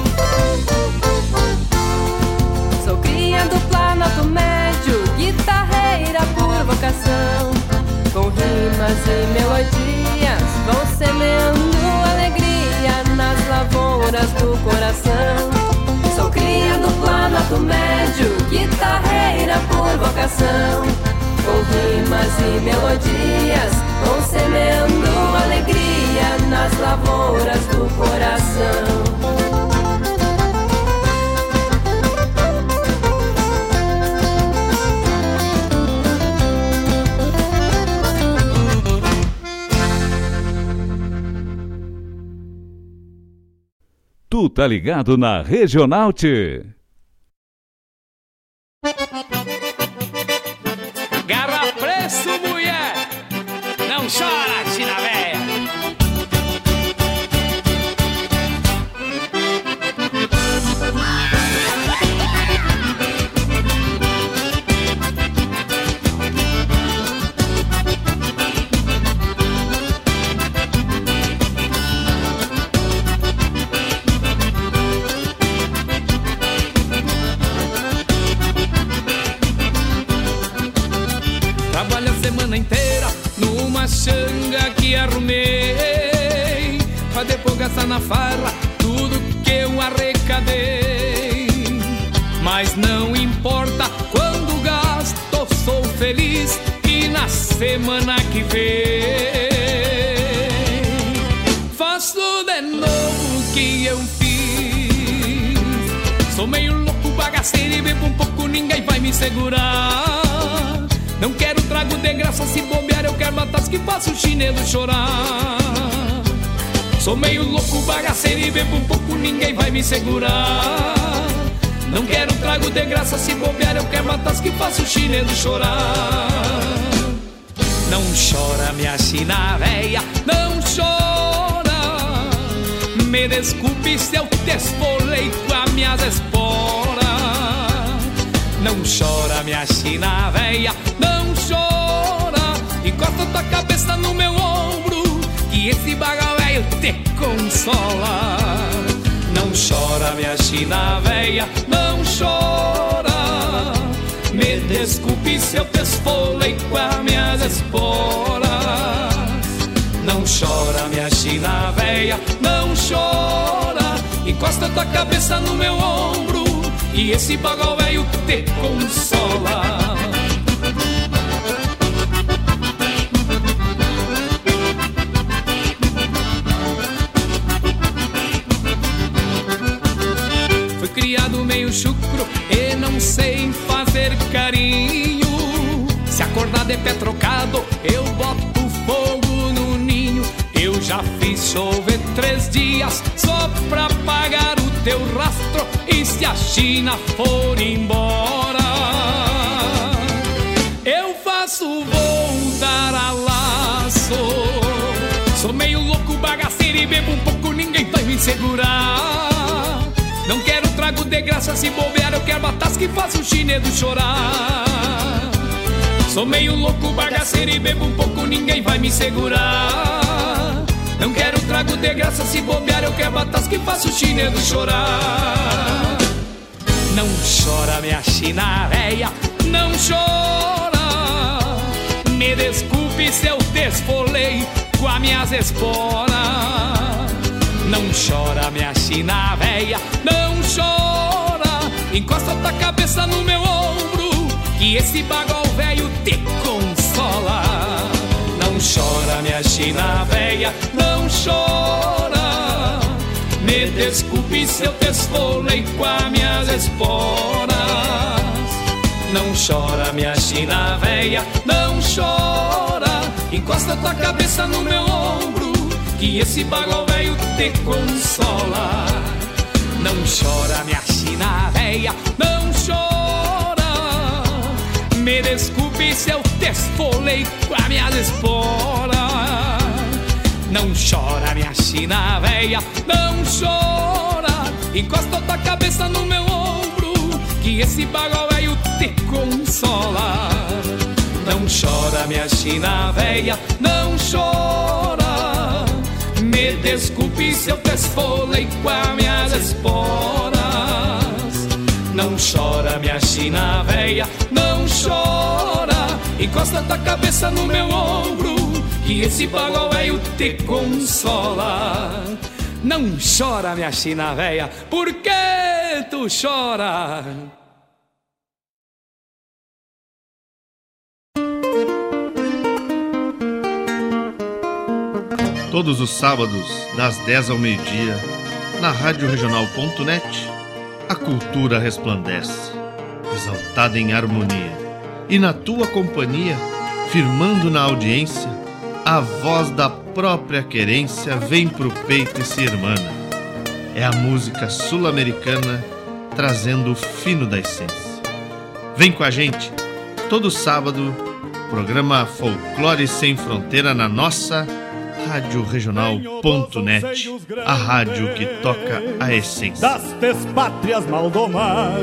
Sou cria do Planalto Médio, guitarreira por vocação. Com rimas e melodias vou semeando alegria nas lavouras do coração. Sou cria do Planalto Médio, guitarreira por vocação. Com rimas e melodias vou semeando alegria nas lavouras do coração. Tu tá ligado na Regional Tchê. Garra preço, mulher, não chora, tina véia. Xanga que arrumei pra depois gastar na farra tudo que eu arrecadei. Mas não importa quando gasto, sou feliz e na semana que vem faço de novo o que eu fiz. Sou meio louco, bagaceiro e bebo um pouco, ninguém vai me segurar. Não quero trago de graça, se bobear eu quero batas que faço o chinelo chorar. Sou meio louco, bagaceiro e bebo um pouco, ninguém vai me segurar. Não quero trago de graça, se bobear eu quero batas que faço o chinelo chorar. Não chora minha china véia, não chora. Me desculpe se eu te esfolei com as minhas esporas. Não chora minha china véia, não chora. Encosta tua cabeça no meu ombro, que esse baga velho te consola. Não chora minha china véia, não chora. Me desculpe se eu te esfolei com as minhas esporas. Não chora minha china véia, não chora. Encosta tua cabeça no meu ombro, e esse bagal velho te consola. Fui criado meio chucro e não sei fazer carinho. Se acordar de pé trocado, eu boto fogo no ninho. Eu já fiz chover três dias só pra pagar o teu rastro e se a China for embora, eu faço voltar a laço. Sou meio louco, bagaceiro e bebo um pouco, ninguém vai me segurar. Não quero trago de graça, se bobear eu quero batasca e faço o chinedo chorar. Sou meio louco, bagaceiro e bebo um pouco, ninguém vai me segurar. Não quero trago de graça, se bobear eu quero batasca e faço o chinedo chorar. Não chora minha china véia, não chora. Me desculpe se eu desfolei com as minhas esporas. Não chora minha china véia, não chora. Encosta tua cabeça no meu ombro, que esse bagol velho te consola. Não chora minha china véia, não chora. Me desculpe se eu desfolei com as minhas esporas. Não chora minha china véia, não chora. Encosta tua cabeça no meu ombro, que esse bagol velho te consola. Não chora minha china véia, não chora. Me desculpe se eu desfolei com as minhas esporas. Não chora minha china véia, não chora. Encosta tua cabeça no meu ombro, que esse bagol velho te consola. Não chora minha china véia, não chora. Me desculpe se eu desfolei com as minhas esporas. Não chora minha china véia, não chora. Encosta tua cabeça no meu ombro, que esse bagol velho te consola. Não chora minha china véia, por que tu chora? Todos os sábados, das dez ao meio-dia, na rádio regional ponto net, a cultura resplandece, exaltada em harmonia. E na tua companhia, firmando na audiência, a voz da própria querência vem pro peito e se irmana. É a música sul-americana trazendo o fino da essência. Vem com a gente, todo sábado, programa Folclore Sem Fronteira na nossa rádio regional ponto net, a rádio que toca a essência das despátrias maldomadas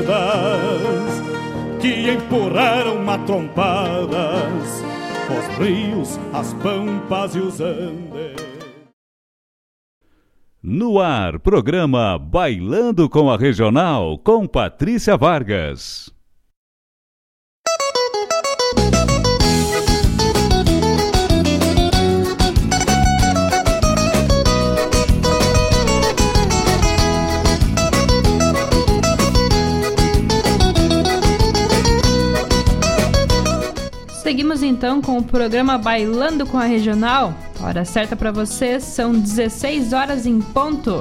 que empurraram matrompadas os rios, as pampas e os andes. No ar, programa Bailando com a Regional, com Patrícia Vargas. Seguimos então com o programa Bailando com a Regional. Hora certa para vocês, são dezesseis horas em ponto.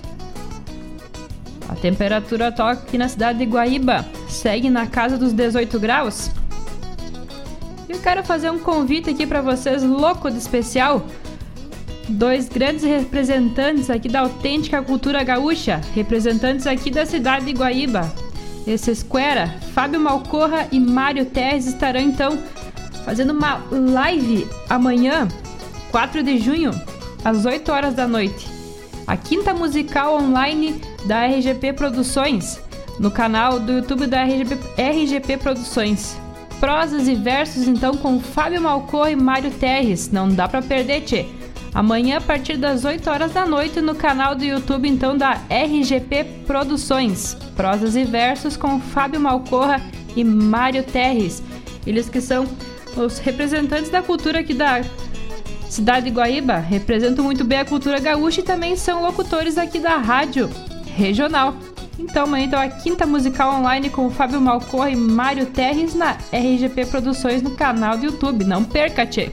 A temperatura atual aqui na cidade de Guaíba segue na casa dos dezoito graus. Eu quero fazer um convite aqui para vocês, louco de especial. Dois grandes representantes aqui da autêntica cultura gaúcha, representantes aqui da cidade de Guaíba. Esses Quera, Fábio Malcorra e Mário Terres estarão então fazendo uma live amanhã, quatro de junho, às oito horas da noite. A quinta musical online da R G P Produções, no canal do YouTube da R G P, R G P Produções. Prosas e versos então com Fábio Malcorra e Mário Terres. Não dá pra perder, tchê. Amanhã a partir das oito horas da noite no canal do YouTube então da R G P Produções. Prosas e versos com Fábio Malcorra e Mário Terres. Eles que são os representantes da cultura aqui da cidade de Guaíba, representam muito bem a cultura gaúcha e também são locutores aqui da rádio regional. Então, amanhã então, a quinta musical online com o Fábio Malcorra e Mário Terres na R G P Produções no canal do YouTube. Não perca, tchê!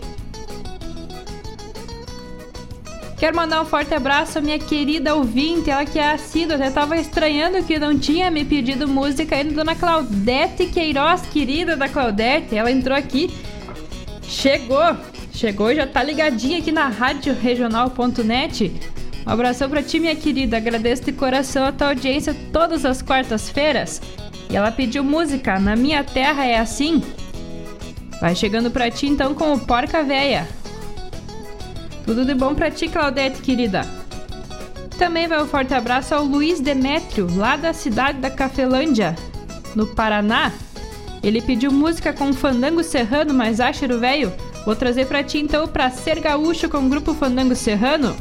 Quero mandar um forte abraço à minha querida ouvinte, ela que é assídua. Eu tava estranhando que não tinha me pedido música ainda, dona Claudete Queiroz, querida da Claudete. Ela entrou aqui, chegou, chegou e já tá ligadinha aqui na rádio regional ponto net. Um abração pra ti, minha querida. Agradeço de coração a tua audiência todas as quartas-feiras. E ela pediu música Na Minha Terra é Assim. Vai chegando pra ti então com o Porca Véia. Tudo de bom pra ti, Claudete, querida. Também vai um forte abraço ao Luiz Demétrio, lá da cidade da Cafelândia, no Paraná. Ele pediu música com Fandango Serrano, mas áchero velho. Vou trazer pra ti então Pra Ser Gaúcho com o grupo Fandango Serrano.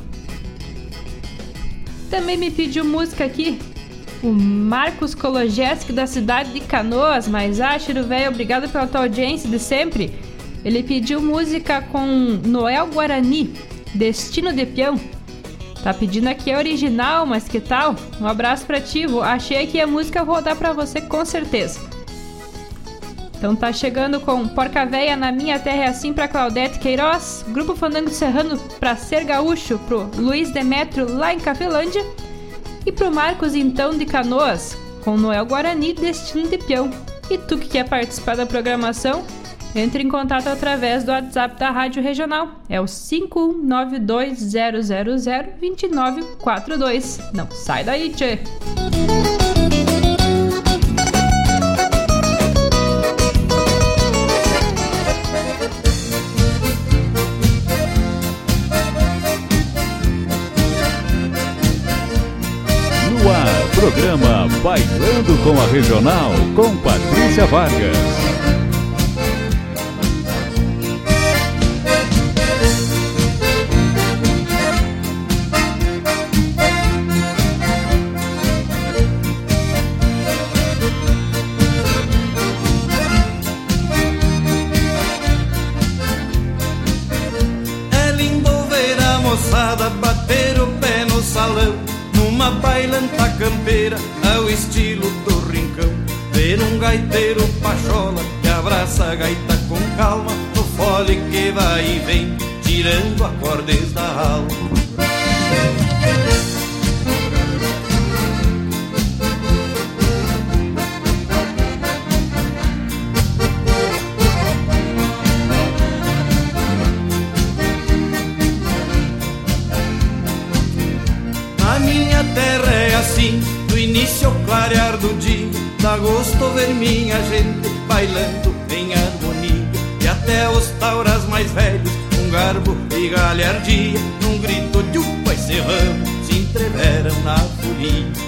Também me pediu música aqui o Marcos Kologeski, da cidade de Canoas, mas áchero velho, obrigado pela tua audiência de sempre. Ele pediu música com Noel Guarani, Destino de Peão. Tá pedindo aqui a original, mas que tal? Um abraço pra ti, achei que a música eu vou dar pra você com certeza. Então tá chegando com Porca Véia Na Minha Terra é Assim pra Claudete Queiroz, Grupo Fandango Serrano Pra Ser Gaúcho pro Luiz Demétrio lá em Cafelândia e pro Marcos então de Canoas com Noel Guarani, Destino de Peão. E tu que quer participar da programação, entre em contato através do WhatsApp da Rádio Regional. É o cinco um nove dois zero zero zero dois nove quatro dois. Não sai daí, tchê! No ar, programa Bailando com a Regional, com Patrícia Vargas. Bater o pé no salão, numa bailanta campeira, ao estilo do rincão. Ver um gaiteiro pachola que abraça a gaita com calma, no fole que vai e vem, tirando acordes da alma. Terra é assim, do início ao clarear do dia, dá gosto ver minha gente bailando em harmonia. E até os tauras mais velhos, com garbo e galhardia, num grito de upa e serrano, se entreveram na folia.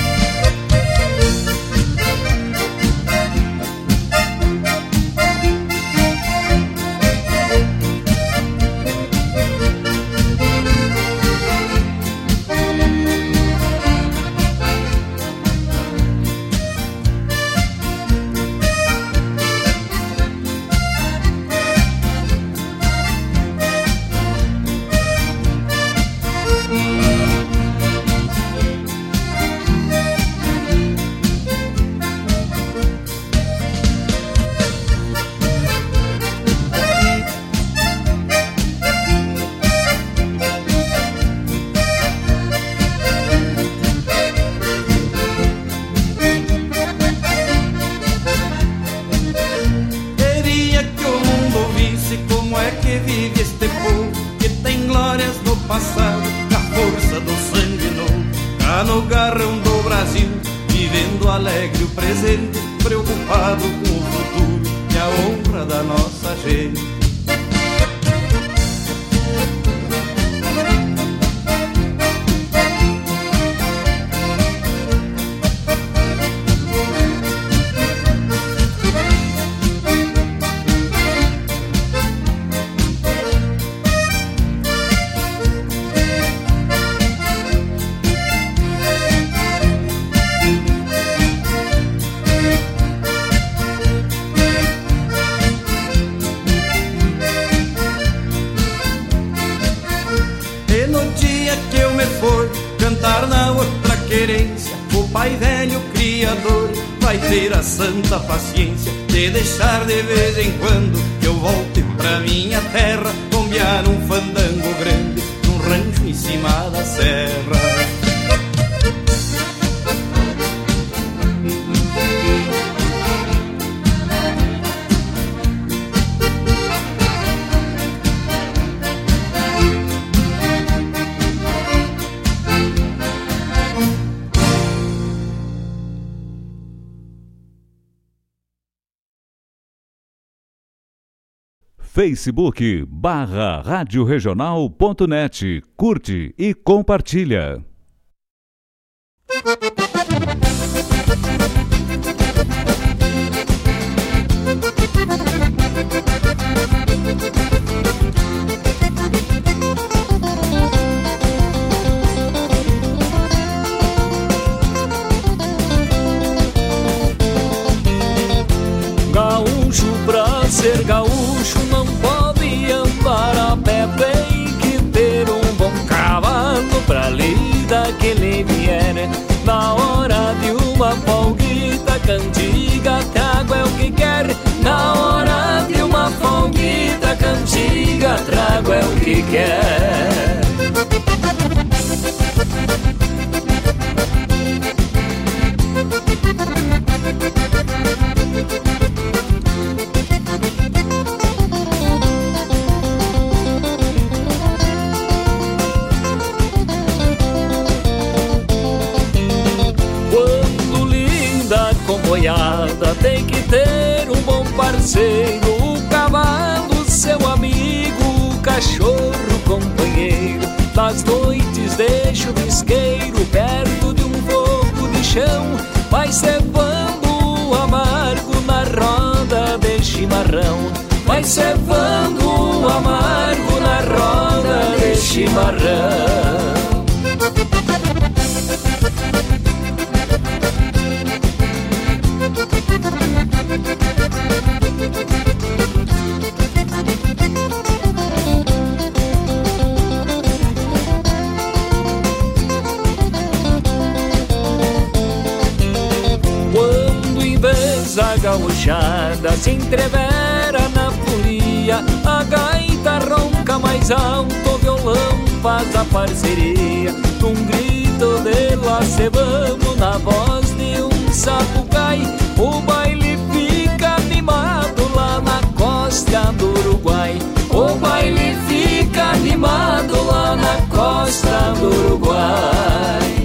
Santa paciência de deixar de vez em quando que eu volte pra minha terra, bombear um fandango grande num rancho em cima da serra. Facebook barra rádio regional ponto net. Curte e compartilha. Gaúcho, pra ser gaúcho, não pode andar a pé, tem que ter um bom cavalo pra lida que lhe vier. Na hora de uma folguita cantiga, trago é o que quer. Na hora de uma folguita cantiga, trago é o que quer. Tem que ter um bom parceiro, o cavalo, seu amigo, o cachorro, companheiro. Nas noites de chuvisqueiro, perto de um fogo de chão, vai cevando o amargo na roda de chimarrão. Vai cevando o amargo na roda de chimarrão. Quando em vez a gauchada se entrevera na folia, a gaita ronca mais alto, o violão faz a parceria. Num grito de lá se vamos, na voz de um sapucai, o baile fica animado lá na costa do Uruguai. O baile fica animado lá na costa do Uruguai.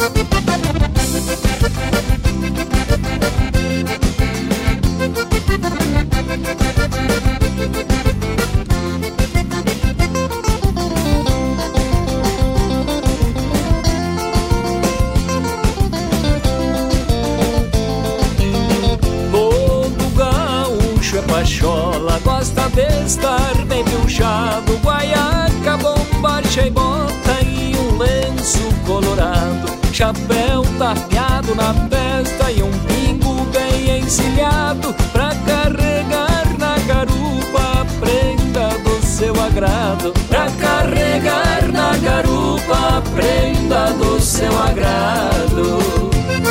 Pachola gosta de estar bem pilchado, guaiaca, bombacha e bota e um lenço colorado, chapéu tapeado na testa e um pingo bem encilhado, pra carregar na garupa a prenda do seu agrado. Pra carregar na garupa a prenda do seu agrado.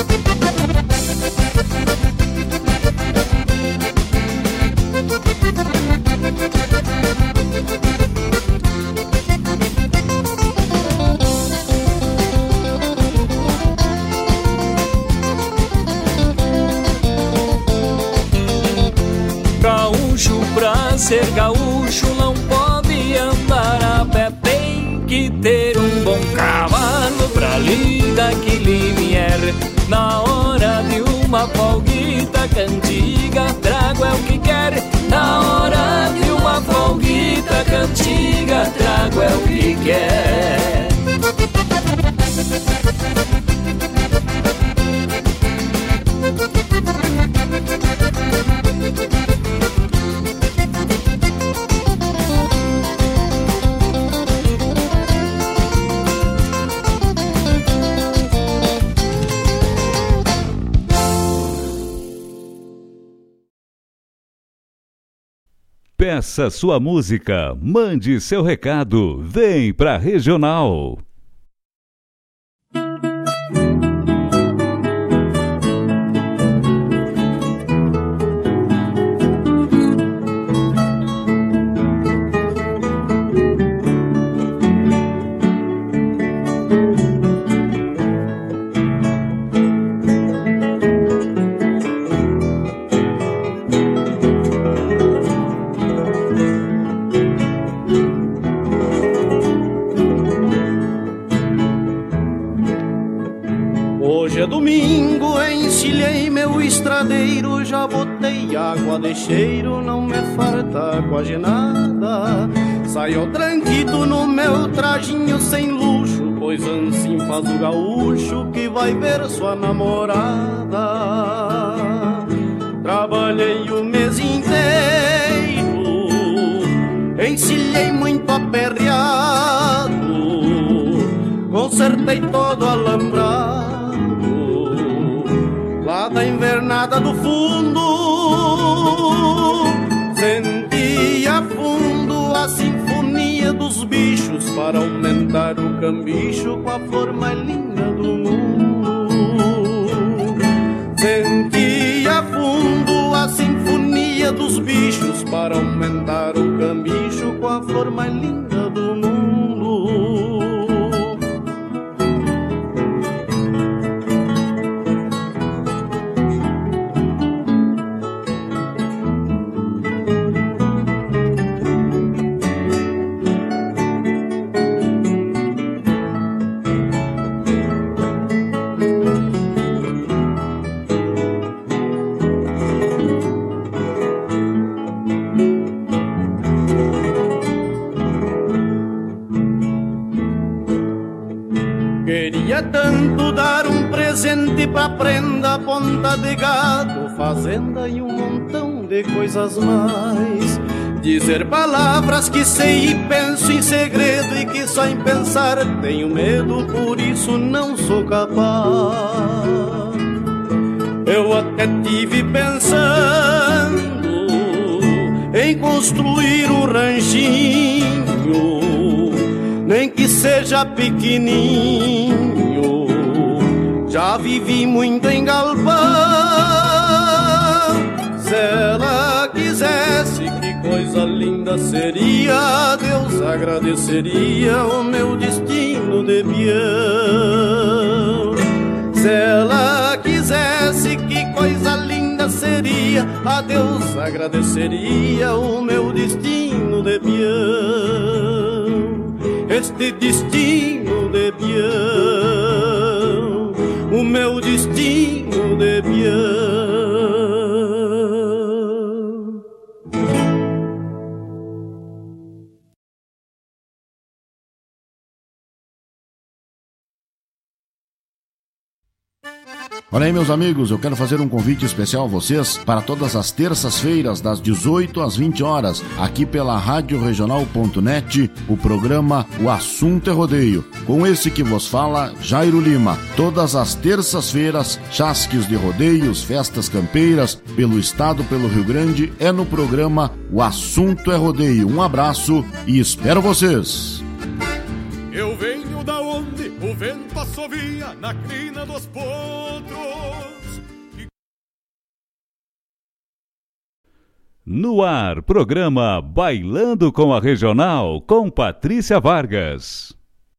Gaúcho, pra ser gaúcho, não pode andar a pé, tem que ter um bom cavalo pra lida que lhe vier. Na hora de uma folguita cantiga, trago é o que quer. Na hora de uma folguita cantiga, trago é o que quer. Peça sua música, mande seu recado, vem pra Regional. encilhei meu estradeiro, já botei água de cheiro, não me falta quase nada. Saio ao tranquito no meu trajinho sem luxo, pois assim faz o gaúcho que vai ver sua namorada. Trabalhei o mês inteiro, encilhei muito aperreado, consertei todo alambrado lá da invernada do fundo. Senti a fundo a sinfonia dos bichos para aumentar o cambicho com a flor mais linda do mundo. Senti a fundo a sinfonia dos bichos para aumentar o cambicho com a flor mais linda do mundo. Tanto dar um presente pra prenda, ponta de gado, fazenda e um montão de coisas mais. Dizer palavras que sei e penso em segredo e que só em pensar tenho medo, por isso não sou capaz. Eu até tive pensando em construir um ranchinho, nem que seja pequenininho. Já vivi muito em galpão. Se ela quisesse, que coisa linda seria, Deus agradeceria o meu destino de peão. Se ela quisesse, que coisa linda seria, a Deus agradeceria o meu destino de peão. Este destino de peão, o meu destino de peão. Olha aí, meus amigos, eu quero fazer um convite especial a vocês para todas as terças-feiras, das dezoito às vinte horas, aqui pela rádio regional ponto net, o programa O Assunto é Rodeio, com esse que vos fala, Jairo Lima. Todas as terças-feiras, chasques de rodeios, festas campeiras, pelo estado, pelo Rio Grande, é no programa O Assunto é Rodeio. Um abraço e espero vocês! Eu venho da onde o vento assovia na crina dos potros. No ar, programa Bailando com a Regional, com Patrícia Vargas.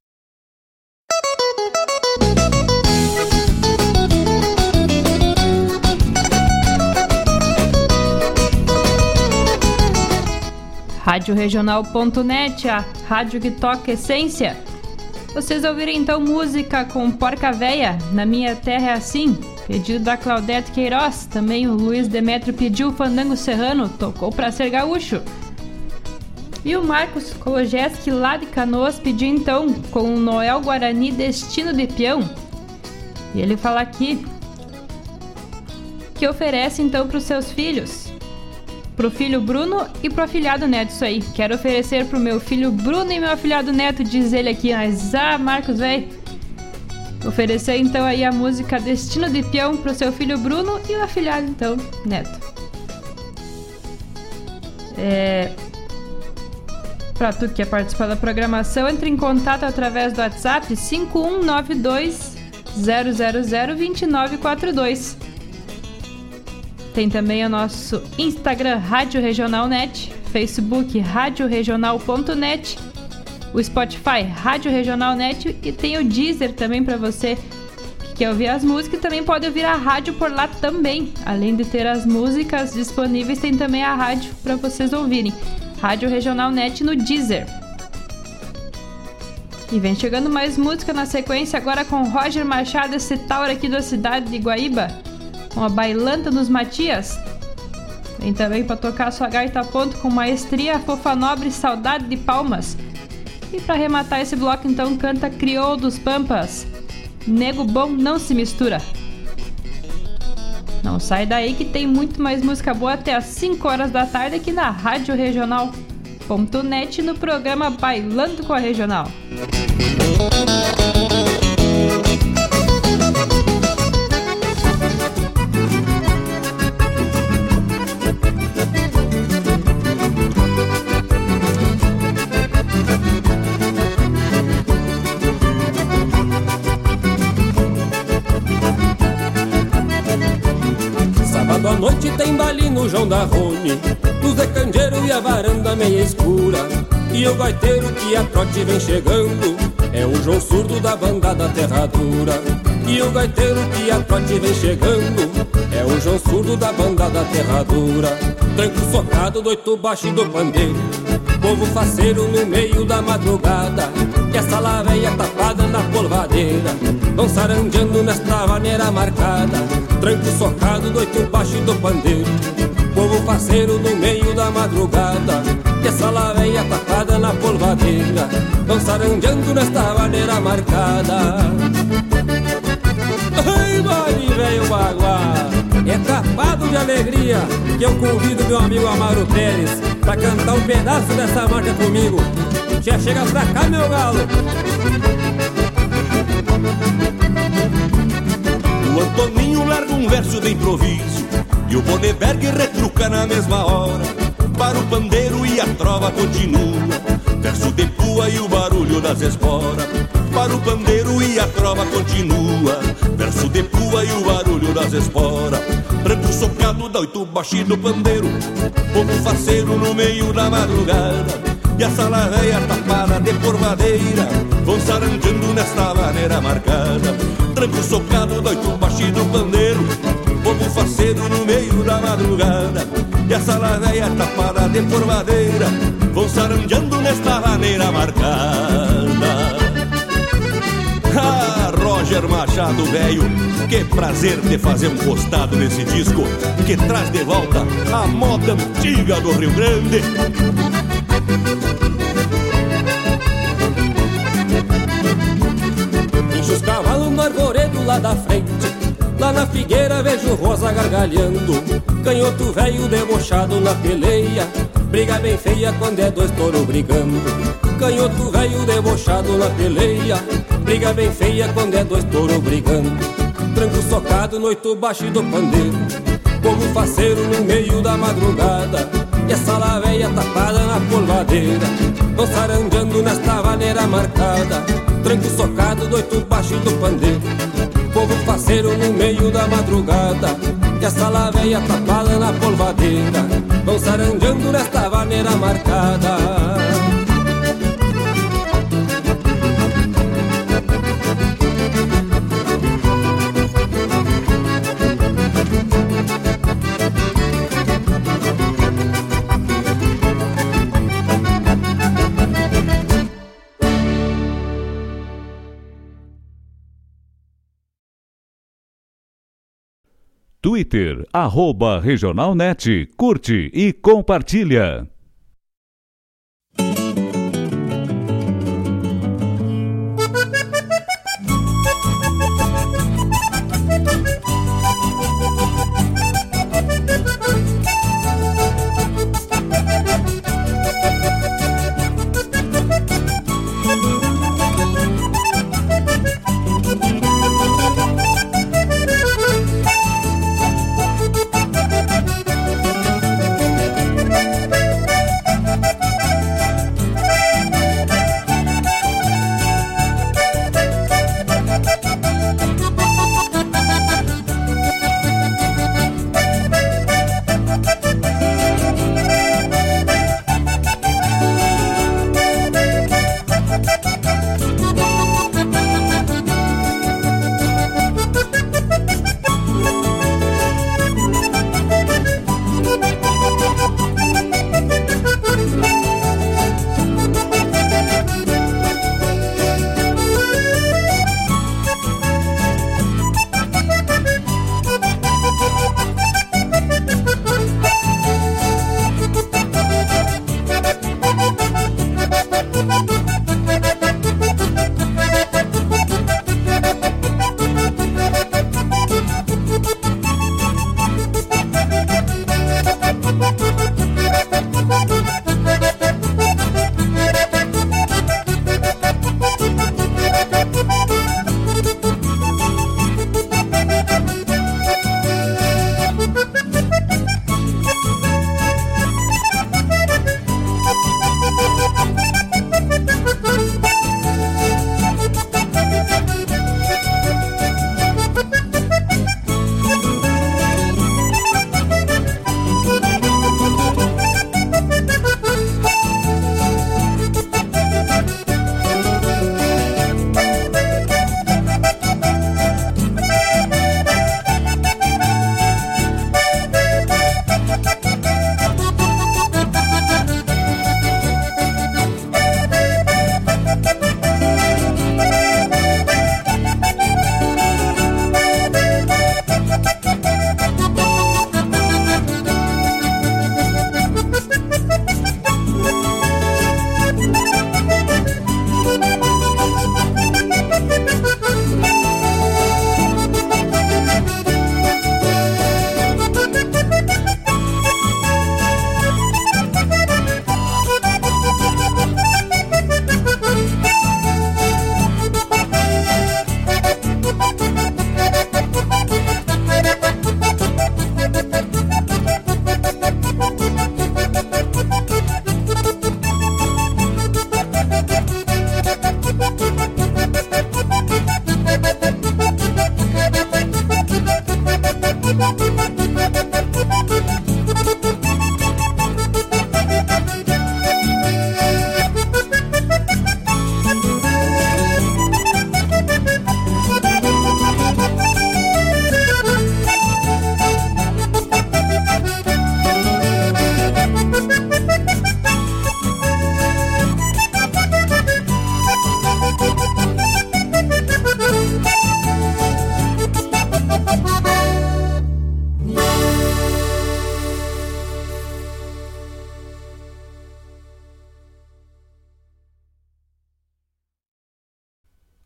rádio regional ponto net, a rádio que toca essência. Vocês ouviram então música com Porca Véia, Na Minha Terra é Assim, pedido da Claudete Queiroz. Também o Luiz Demetrio pediu Fandango Serrano, tocou pra ser gaúcho. E o Marcos Kologeski, lá de Canoas, pediu então com o Noel Guarani, Destino de Peão. E ele fala aqui que oferece então para os seus filhos, pro filho Bruno e pro afilhado Neto. Isso aí, quero oferecer pro meu filho Bruno e meu afilhado Neto, diz ele aqui. Mas, ah, Marcos, velho, oferecer então aí a música Destino de Peão pro seu filho Bruno e o afilhado então Neto. É... Pra tu que quer participar da programação, entre em contato através do WhatsApp cinco um nove dois, zero zero zero, dois nove quatro dois. Tem também o nosso Instagram, Rádio Regional Net, Facebook, rádio regional ponto net, o Spotify, Rádio Regional Net, e tem o Deezer também para você que quer ouvir as músicas. Também pode ouvir a rádio por lá também. Além de ter as músicas disponíveis, tem também a rádio para vocês ouvirem. Rádio Regional Net no Deezer. E vem chegando mais música na sequência, agora com Roger Machado, esse tauro aqui da cidade de Guaíba. com a Bailanta nos Matias. Vem também para tocar sua gaita a ponto com maestria, Fofa Nobre, Saudade de Palmas. E para arrematar esse bloco então canta Crioulo dos Pampas, Nego Bom Não Se Mistura. Não sai daí que tem muito mais música boa até às cinco horas da tarde aqui na Rádio Regional ponto net no programa Bailando com a Regional. Sábado à noite tem baile no João da Rone, no Zé Candeiro e a varanda meia escura. E o gaiteiro que a trote vem chegando é o João Surdo da bandada Terradura. E o gaiteiro que a trote vem chegando é o João Surdo da bandada Terradura. Tranco socado do oito baixo do pandeiro, povo faceiro no meio da madrugada. E essa lá velha tapada na polvadeira vão sarandeando nesta maneira marcada. Tranco socado do oito baixo do pandeiro, povo faceiro no meio da madrugada. E essa lá velha tapada na polvadeira vão sarandeando nesta maneira marcada. Ai, baile velho baguá, é tapado de alegria que eu convido meu amigo Amaro Pérez pra cantar um pedaço dessa marca comigo. Já chega pra cá, meu galo. O Antoninho larga um verso de improviso e o Boneberg retruca na mesma hora. Para o pandeiro e a trova continua, verso de pua e o barulho das esporas. Para o pandeiro e a trova continua, verso de pua e o barulho das esporas. Branco socado da oito baixo do pandeiro, povo faceiro no meio da madrugada. E a sala velha tapada de porvadeira vão saranjando nesta maneira marcada. Tranco socado da oito baixo do pandeiro, povo faceiro no meio da madrugada. E a sala velha tapada de porvadeira vão saranjando nesta maneira marcada. Ah, Roger Machado, velho, que prazer de fazer um costado nesse disco que traz de volta a moda antiga do Rio Grande. Enche os cavalos no arvoredo lá da frente, lá na figueira vejo Rosa gargalhando. Canhoto velho debochado na peleia, briga bem feia quando é dois touros brigando. Canhoto velho debochado na peleia, briga bem feia quando é dois touros brigando. Tranco socado no oito baixo do pandeiro, povo faceiro no meio da madrugada. E essa lá velha tapada na polvadeira vão saranjando nesta maneira marcada. Tranco socado do oito baixo do pandeiro, povo faceiro no meio da madrugada. E essa lá velha tapada na polvadeira vão saranjando nesta maneira marcada. Twitter, arroba regionalnet, curte e compartilha.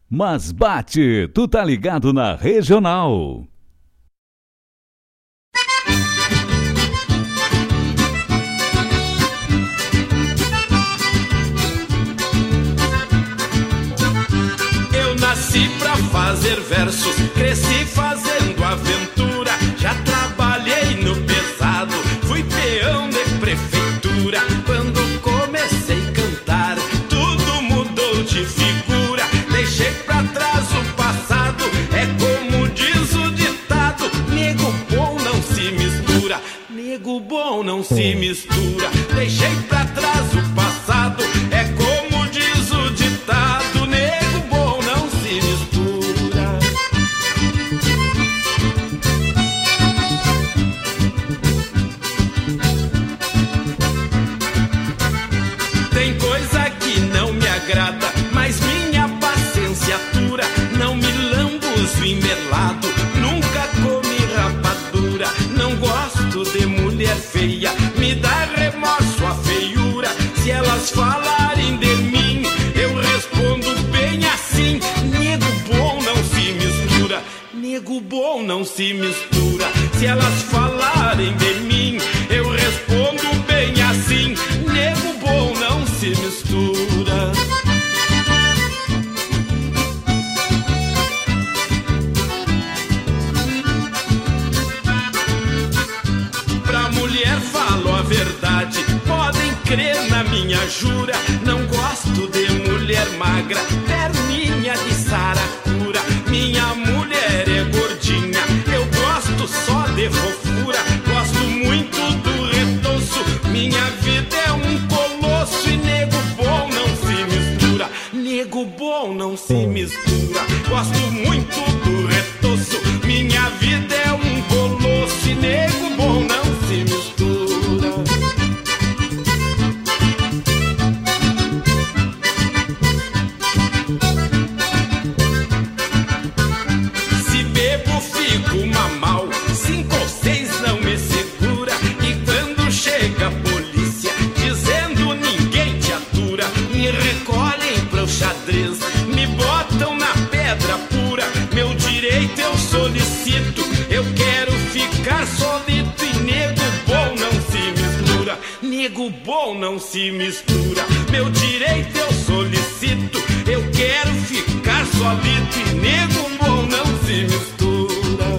Mas bate, tu tá ligado na Regional. Eu nasci pra fazer versos, cresci fazendo aventura. Já trabalhei no pesado, fui peão de prefeitura. Quando comecei a cantar, tudo mudou de figura. Deixei pra trás o passado, é como diz o ditado: nego bom não se mistura, nego bom não se mistura. Deixei pra trás o passado, é como diz o ditado: nego bom não se mistura. Tem coisa que não me agrada, mas minha paciência atura. Não me lambo os melado, nunca comi rapadura. Não gosto de mulher feia, me dá remorso a feiura. Se elas falarem de mim, eu respondo bem assim: nego bom não se mistura, nego bom não se mistura. Se elas falarem de mim, eu respondo bem assim: nego bom não se mistura. Pra mulher falo a verdade, podem crer na minha jura. Não gosto de mulher magra, perninha de saracura. Minha mulher é gordinha, eu gosto só de fofura. Gosto muito do retoço, minha vida é um colosso. E nego bom não se mistura, nego bom não se mistura. Gosto muito do retoço, minha vida é um colosso. E nego bom não se mistura. Se bebo fico mamal, cinco ou seis não me segura. E quando chega a polícia dizendo ninguém te atura, me recolhem pro xadrez, me botam na pedra pura. Meu direito eu solicito, eu quero ficar solito. E nego bom não se mistura, nego bom não se mistura. Meu direito eu solicito, eu quero ficar solito. E nego bom não se mistura.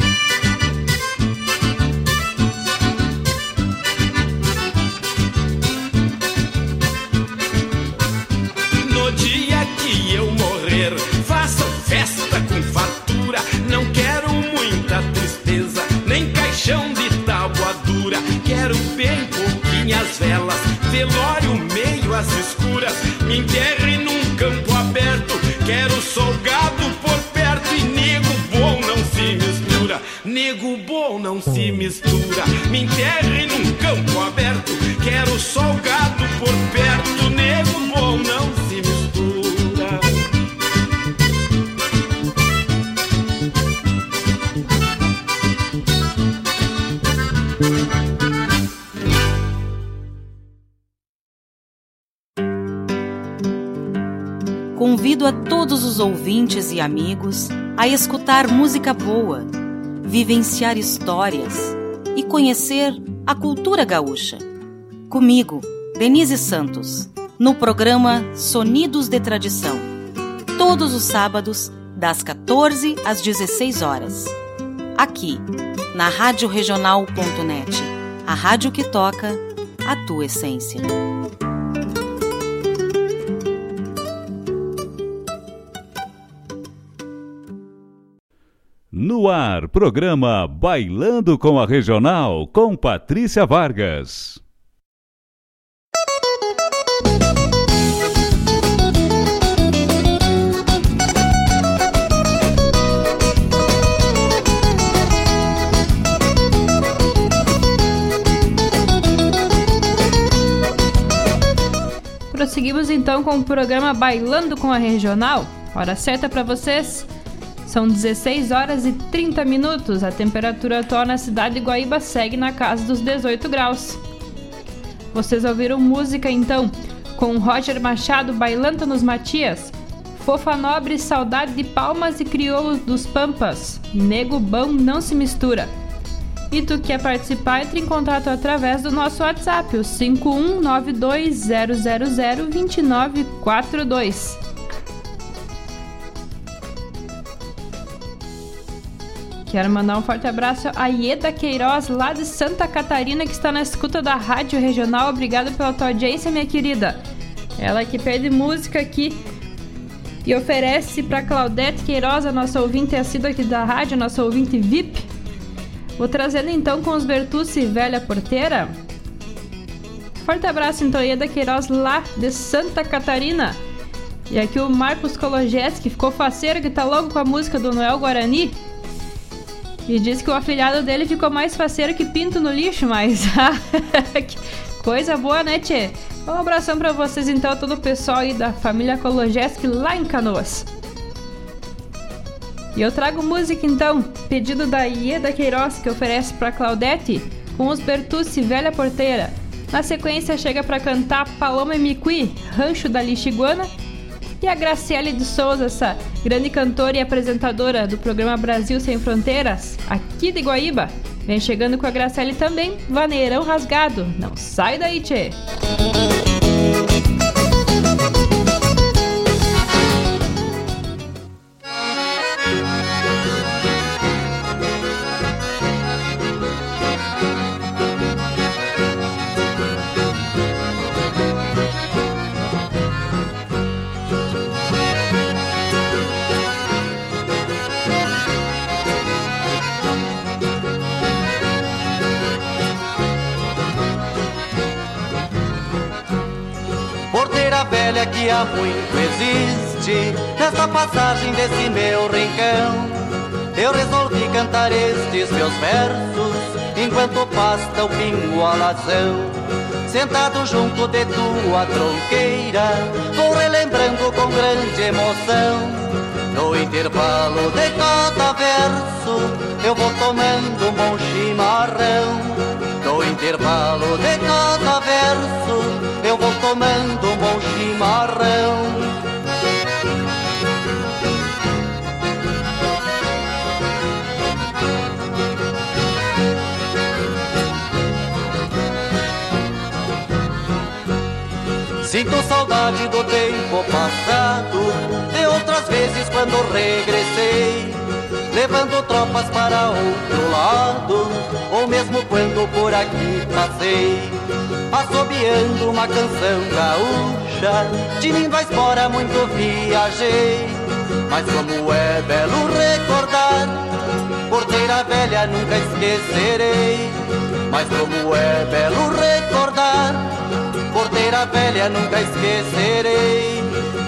No dia que eu morrer, façam festa com fartura. Não quero muita tristeza, nem caixão de tábua dura. Quero bem pouquinhas velas, velório meio às escuras. Me enterre num campo aberto, quero solgado por perto. E nego bom não se mistura, nego bom não se mistura. Me enterre num campo aberto, quero solgado por perto. Nego bom não se mistura. Convido a todos os ouvintes e amigos a escutar música boa, vivenciar histórias e conhecer a cultura gaúcha. Comigo, Denise Santos, no programa Sonidos de Tradição, todos os sábados, das quatorze às dezesseis horas. Aqui, na rádio regional ponto net, a rádio que toca a tua essência. No ar, programa Bailando com a Regional, com Patrícia Vargas. Prosseguimos então com o programa Bailando com a Regional. Hora certa para vocês. São dezesseis horas e trinta minutos. A temperatura atual na cidade de Guaíba segue na casa dos dezoito graus. Vocês ouviram música então com Roger Machado, Bailando nos Matias, Fofa Nobre, Saudade de Palmas e Crioulos dos Pampas. Nego bom não se mistura. E tu quer participar, entre em contato através do nosso WhatsApp, o cinco um nove dois zero zero zero dois nove quatro dois. Quero mandar um forte abraço a Ieda Queiroz, lá de Santa Catarina, que está na escuta da Rádio Regional. Obrigado pela tua audiência, minha querida. Ela que pede música aqui e oferece para Claudete Queiroz, a nossa ouvinte assídua aqui da rádio, nossa ouvinte V I P. Vou trazendo então com os Bertucci Velha Porteira. Forte abraço então, Ieda Queiroz, lá de Santa Catarina. E aqui o Marcos Kologeski, que ficou faceiro, que tá logo com a música do Noel Guarani. E diz que o afilhado dele ficou mais faceiro que pinto no lixo, mas... coisa boa, né, tchê? Um abração pra vocês, então, todo o pessoal aí da família Kologeski lá em Canoas. E eu trago música, então, pedido da Ieda Queiroz, que oferece pra Claudete, com os Bertucci Velha Porteira. Na sequência, chega pra cantar Paloma e Miqui, Rancho da Lixiguana. E a Graciele de Souza, essa grande cantora e apresentadora do programa Brasil Sem Fronteiras, aqui de Guaíba. Vem chegando com a Graciele também, Vaneirão Rasgado. Não sai daí, tchê! Velha que há muito existe nesta passagem desse meu rincão. Eu resolvi cantar estes meus versos enquanto pasta o pingo alazão. Sentado junto de tua tronqueira, vou relembrando com grande emoção. No intervalo de cada verso, eu vou tomando um bom chimarrão. No intervalo de cada verso, eu vou tomando um bom chimarrão. Sinto saudade do tempo passado, de outras vezes quando regressei, levando tropas para outro lado, ou mesmo quando por aqui passei, assobiando uma canção gaúcha, tinindo a espora muito viajei. Mas como é belo recordar, Porteira Velha nunca esquecerei. Mas como é belo recordar, Porteira Velha nunca esquecerei.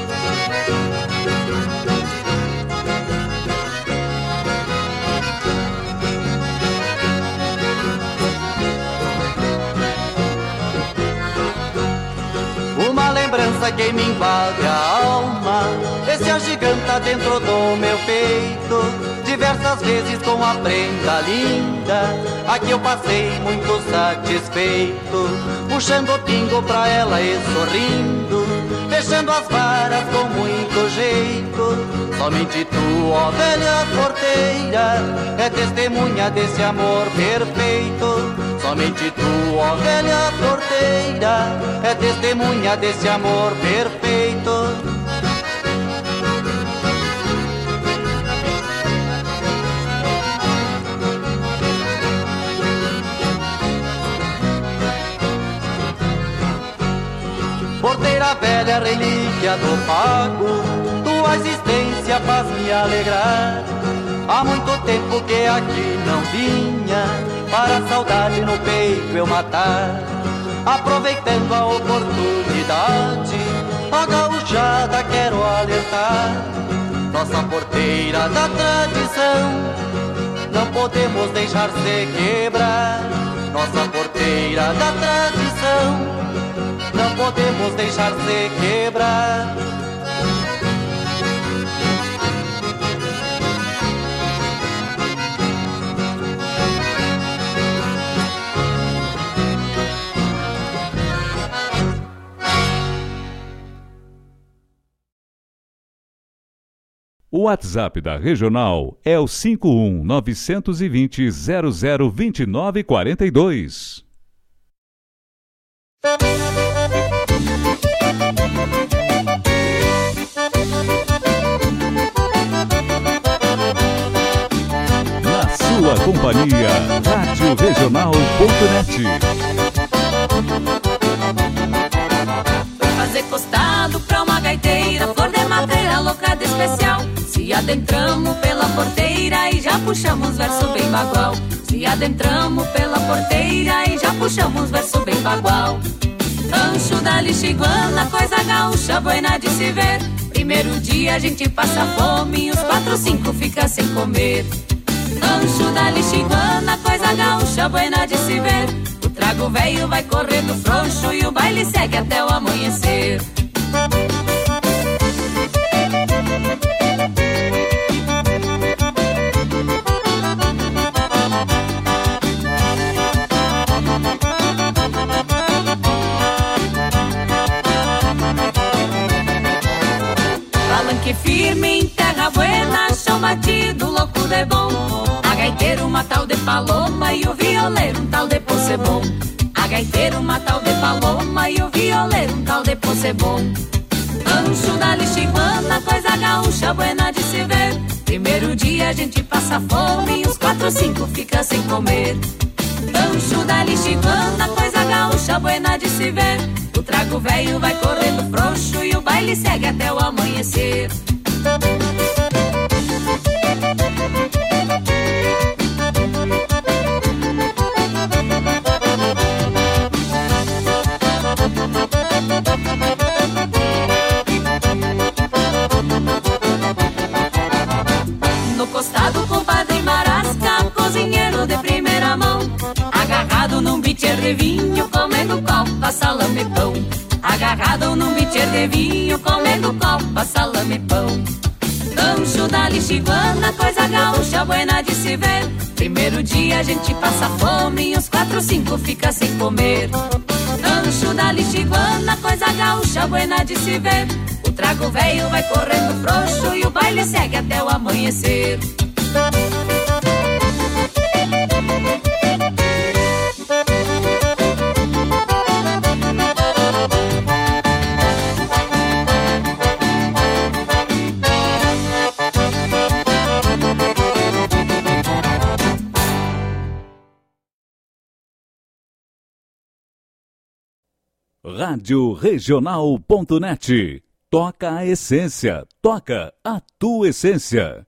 Uma lembrança que me invade a alma, esse agiganta dentro do meu peito. Diversas vezes com a prenda linda, aqui eu passei muito satisfeito, puxando o pingo pra ela e sorrindo, fechando as varas com muito jeito. Somente tu, ó velha porteira, é testemunha desse amor perfeito. Somente tu, ó velha porteira, é testemunha desse amor perfeito. Porteira Velha, relíquia do pago, tua existência faz me alegrar. Há muito tempo que aqui não vinha, para a saudade no peito eu matar. Aproveitando a oportunidade, a gauchada quero alertar. Nossa porteira da tradição, não podemos deixar se quebrar. Nossa porteira da tradição, não podemos deixar se quebrar. O WhatsApp da Regional é o cinco um nove dois zero zero zero dois nove quatro dois. Na sua companhia, rádio regional ponto net. Fazer costado pra uma gaiteira, flor de madeira loucada especial. Se adentramos pela porteira e já puxamos verso bem bagual. Se adentramos pela porteira e já puxamos verso bem bagual. Ancho da lixiguana, coisa gaúcha, buena de se ver. Primeiro dia a gente passa fome e os quatro, cinco fica sem comer. Ancho da lixiguana, coisa gaúcha, buena de se ver. O trago velho vai correndo frouxo e o baile segue até o amanhecer. Palanque firme em terra buena, chão batido, louco de bom. A gaiteira uma tal de paloma e o violeiro um tal de possebom. A gaiteira uma tal de paloma e o violeiro um tal de possebom. Ancho da lixiguana, coisa gaúcha, buena de se ver. Primeiro dia a gente passa fome e os quatro, cinco fica sem comer. Ancho da lixiguana, coisa gaúcha, buena de se ver. O trago velho vai correndo frouxo e o baile segue até o amanhecer. No costado, compadre Marasca, cozinheiro de primeira mão, agarrado num bitter de vinho, comendo copa, salame e pão. Agarrado num bitter de vinho, comendo copa, salame e pão. Ancho da lixiguana, coisa gaúcha, buena de se ver. Primeiro dia a gente passa fome e os quatro, cinco fica sem comer. Ancho da lixiguana, coisa gaúcha, buena de se ver. O trago velho vai correndo frouxo e o baile segue até o amanhecer. rádio regional ponto net. Toca a essência, toca a tua essência.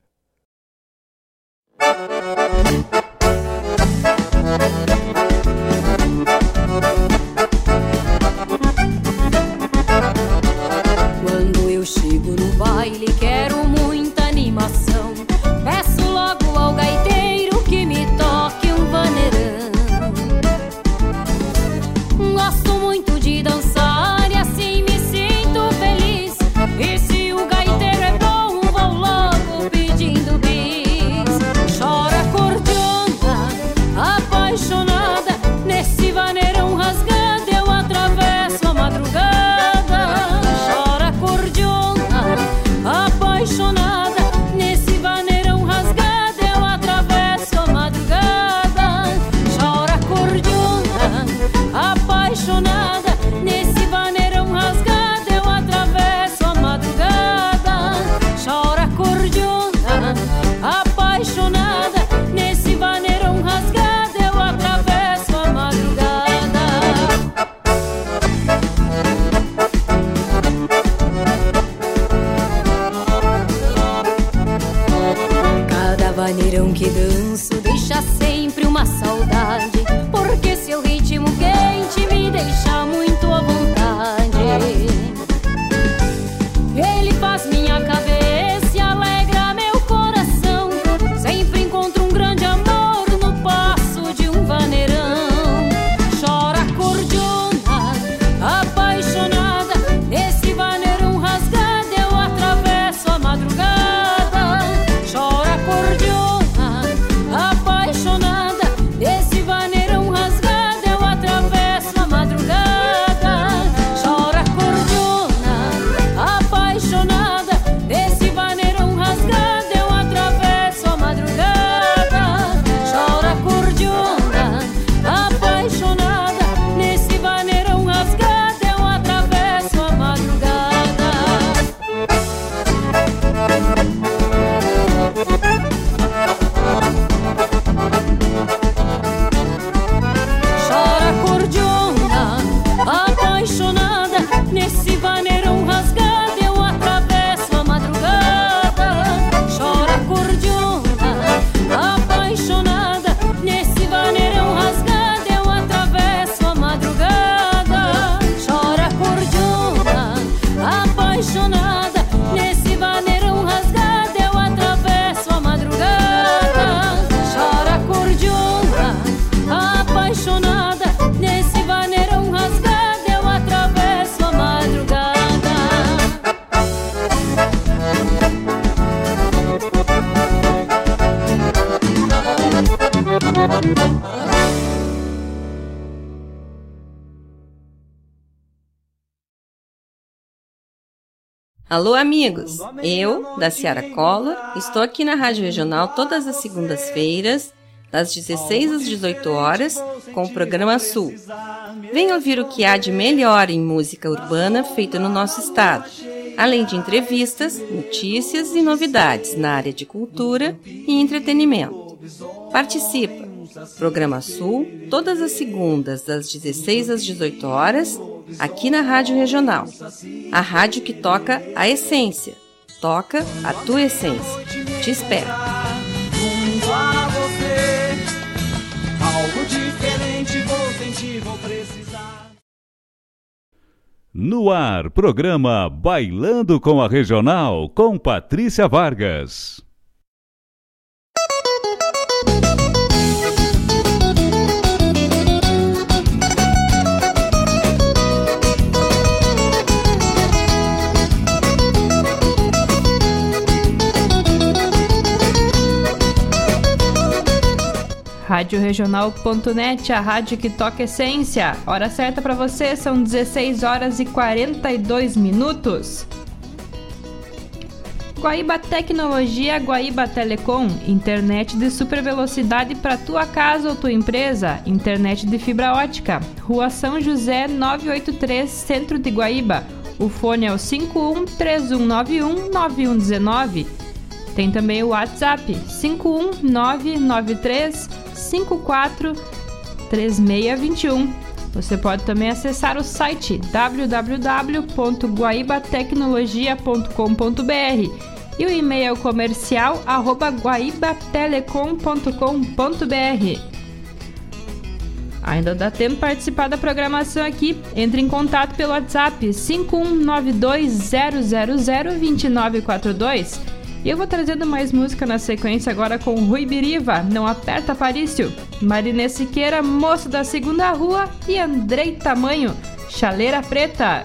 Quando eu chego no baile quero muita animação. Peço logo ao gaiteiro que me toque um vaneirão. Gosto muito de dançar e assim me sinto feliz. E se o gaiteiro é bom, vou logo pedindo bis. Chora cordiona, apaixonada, nesse vaneirão rasgado eu atravesso a madrugada. Chora cordiona, apaixonada, nesse vaneirão rasgado eu atravesso a madrugada. Chora cordiona, apaixonada, nesse vaneirão rasgado eu atravesso a madrugada. Chora cordiona, apaixonada, nesse vaneirão rasgado eu atravesso a madrugada. Cada vaneirão que danço deixa sempre uma saudade, porque seu ritmo quente me deixa muito à vontade. Ele faz minha cabeça e alegra meu coração. Sempre encontro um grande amor no passo de um vaneirão. Chora cordiona, apaixonada, nesse vaneirão rasgado eu atravesso a madrugada. Chora cordiona, apaixonada, nesse vaneirão Alô, amigos! Eu, da Ciara Collor, estou aqui na Rádio Regional todas as segundas-feiras, das dezesseis às dezoito horas, com o programa Sul. Venha ouvir o que há de melhor em música urbana feita no nosso estado, além de entrevistas, notícias e novidades na área de cultura e entretenimento. Participa! Programa Sul, todas as segundas, das dezesseis às dezoito horas, aqui na Rádio Regional. A rádio que toca a essência. Toca a tua essência. Te espero. Junto a você, algo diferente vou sentir, vou precisar. No ar, programa Bailando com a Regional, com Patrícia Vargas. rádio regional ponto net, a rádio que toca essência. Hora certa para você, são dezesseis horas e quarenta e dois minutos. Guaíba Tecnologia, Guaíba Telecom, internet de super velocidade para tua casa ou tua empresa, internet de fibra ótica, Rua São José novecentos e oitenta e três, Centro de Guaíba. O fone é o cinco um três um nove um nove um um nove. Tem também o WhatsApp cinco um nove nove três cinco quatro três seis dois um. Você pode também acessar o site w w w ponto guaíba tecnologia ponto com ponto b r e o e-mail comercial arroba guaíba telecom ponto com ponto b r. Ainda dá tempo de participar da programação aqui. Entre em contato pelo WhatsApp cinco um nove dois zero zero zero dois nove quatro dois. E eu vou trazendo mais música na sequência agora com Rui Biriva, Não Aperta Aparício, Marinê Siqueira, Moço da Segunda Rua e Andrei Tamanho, Chaleira Preta.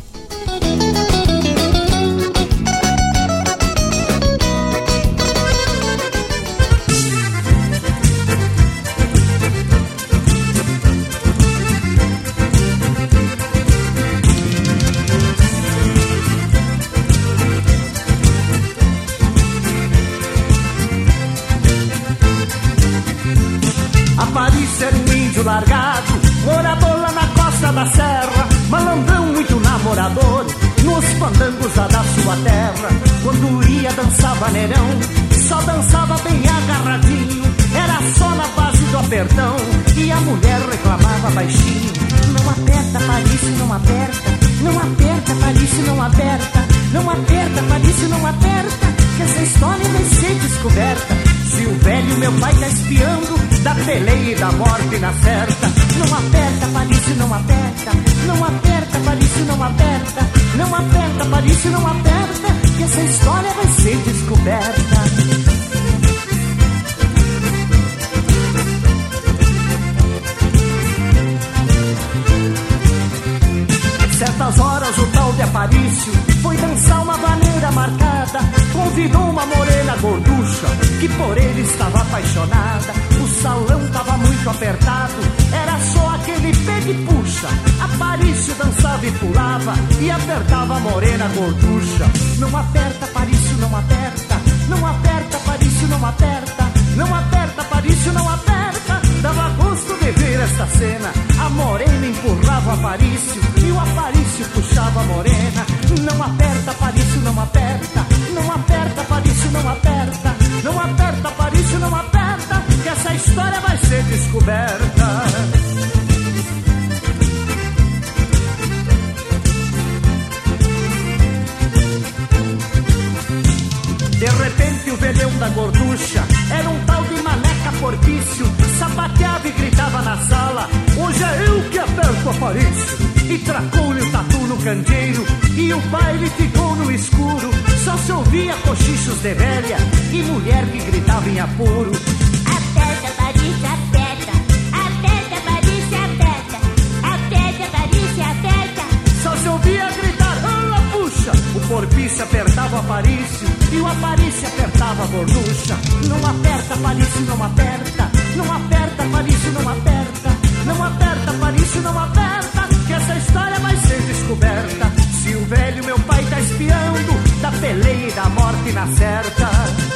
Aparício era um índio largado, morador lá na costa da serra, malandrão muito namorador, nos fandangos lá da sua terra. Quando ia dançar vaneirão, só dançava bem agarradinho, era só na base do apertão, e a mulher reclamava baixinho: não aperta, Aparício, não aperta, não aperta, Aparício, não aperta, não aperta, Aparício, não aperta, que essa história vai ser descoberta. Se o velho meu pai tá espiando, da peleia e da morte na certa. Não aperta, Aparício, não aperta, não aperta, Aparício, não aperta, não aperta, Aparício, não aperta, que essa história vai ser descoberta. Certas horas o tal de Aparício foi dançar uma vaneira marcada, convidou uma morena gorducha que por ele estava apaixonada. O salão tava muito apertado, era só aquele pega e puxa. Aparício dançava e pulava e apertava a morena gorducha. Não aperta, Aparício, não aperta, não aperta, Aparício, não aperta, não aperta, Aparício, não aperta. Dava gosto de ver esta cena, a morena empurrava o Aparício e o Aparício puxava a morena. Não aperta, Aparício, não aperta, não aperta, Aparício, não aperta, não aperta, Aparício, não aperta, que essa história vai ser descoberta. De repente o velhão da gorducha era um tal de Maneca Porpício, sapateava e gritava na sala: hoje é eu que aperto o Aparício. E tracou-lhe o tatu no candeeiro e o baile ficou no escuro. Só se ouvia cochichos de velha e mulher que gritava em apuro: aperta, Aparício, aperta, aperta, Aparício, aperta, aperta, Aparício, aperta. Só se ouvia gritar: ela puxa. O Porpício apertava o Aparício e o Aparício apertava a gorducha. Não aperta, Aparício, não aperta, não aperta, Aparício, não aperta, não aperta, Aparício, não aperta, que essa história vai ser descoberta. Se o velho meu pai tá espiando, bate na certa.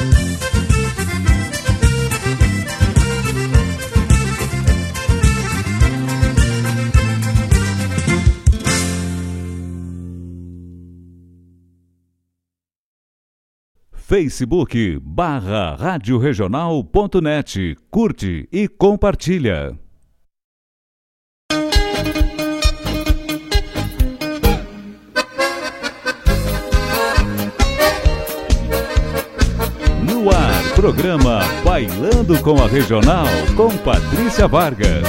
Facebook barra rádio regional ponto net. Curte e compartilha. No ar, programa Bailando com a Regional, com Patrícia Vargas.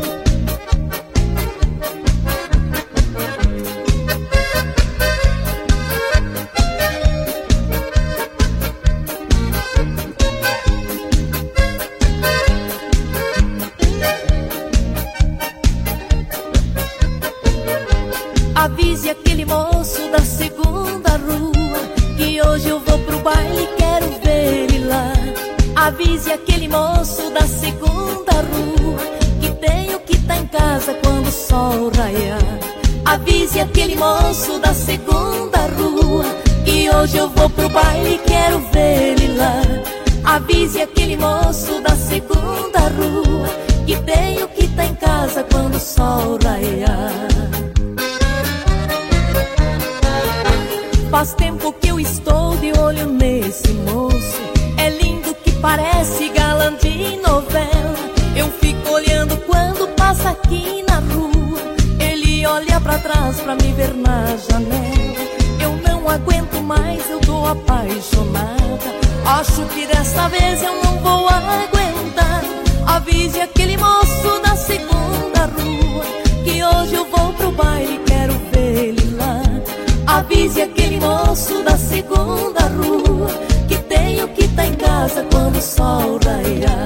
Avise aquele moço da segunda rua que hoje eu vou pro baile e quero ver ele lá. Avise aquele moço da segunda rua que tenho que tá em casa quando o sol raiar. Avise aquele moço da segunda rua que hoje eu vou pro baile e quero ver ele lá. Avise aquele moço da segunda rua que tenho que tá em casa quando o sol raiar. Faz tempo que eu estou de olho nesse moço, é lindo que parece galã de novela. Eu fico olhando quando passa aqui na rua, ele olha pra trás pra me ver na janela. Eu não aguento mais, eu tô apaixonada, acho que dessa vez eu não vou aguentar. Avise aquele moço da segunda rua que hoje eu vou pro baile e quero ver ele lá. Avise aquele moço da segunda rua que tenho que tá em casa quando o sol raiar.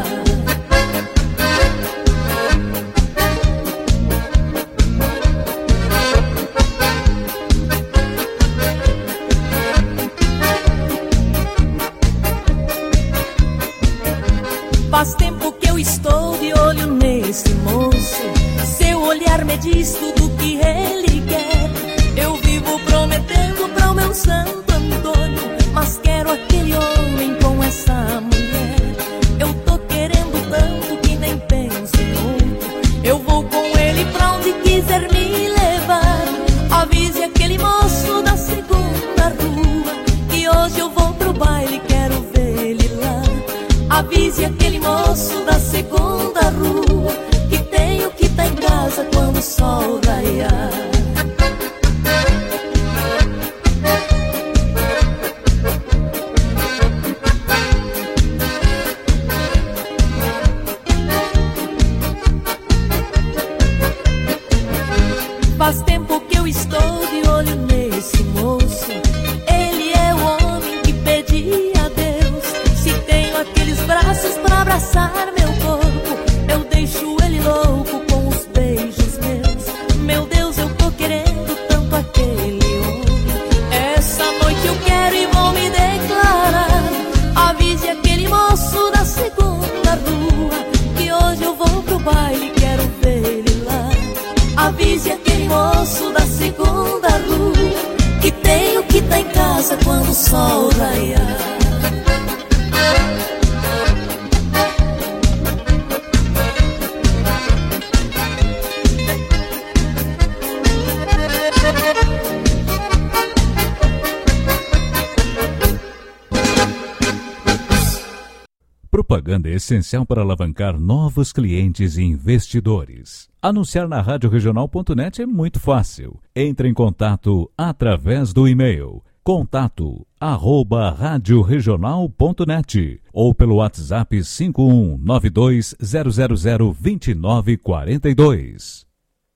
Faz tempo que eu estou de olho nesse moço, seu olhar me diz tudo que ele quer. Eu vivo prometendo pra o meu Santo Antônio, mas quero aquele homem com essa mulher. Eu tô querendo tanto que nem penso muito, eu vou com ele pra onde quiser me levar. Avise aquele moço da segunda rua que hoje eu vou pro baile e quero ver ele lá. Avise aquele moço da segunda rua que tenho que tá em casa quando o sol raiar. Faz tempo que eu estou de olho nesse moço, ele é o homem que pedi a Deus. Se tenho aqueles braços pra abraçar meu corpo, eu deixo ele louco com os beijos meus. Meu Deus, eu tô querendo tanto aquele homem. Essa noite eu quero e vou me declarar. Avise aquele moço da segunda rua que hoje eu vou pro baile e quero ver ele lá. Avise aquele moço da segunda rua que tenho que tá em casa quando o sol raiar. Propaganda é essencial para alavancar novos clientes e investidores. Anunciar na rádio regional ponto net é muito fácil. Entre em contato através do e-mail contato arroba rádio regional ponto net ou pelo WhatsApp cinco um nove dois zero zero zero dois nove quatro dois.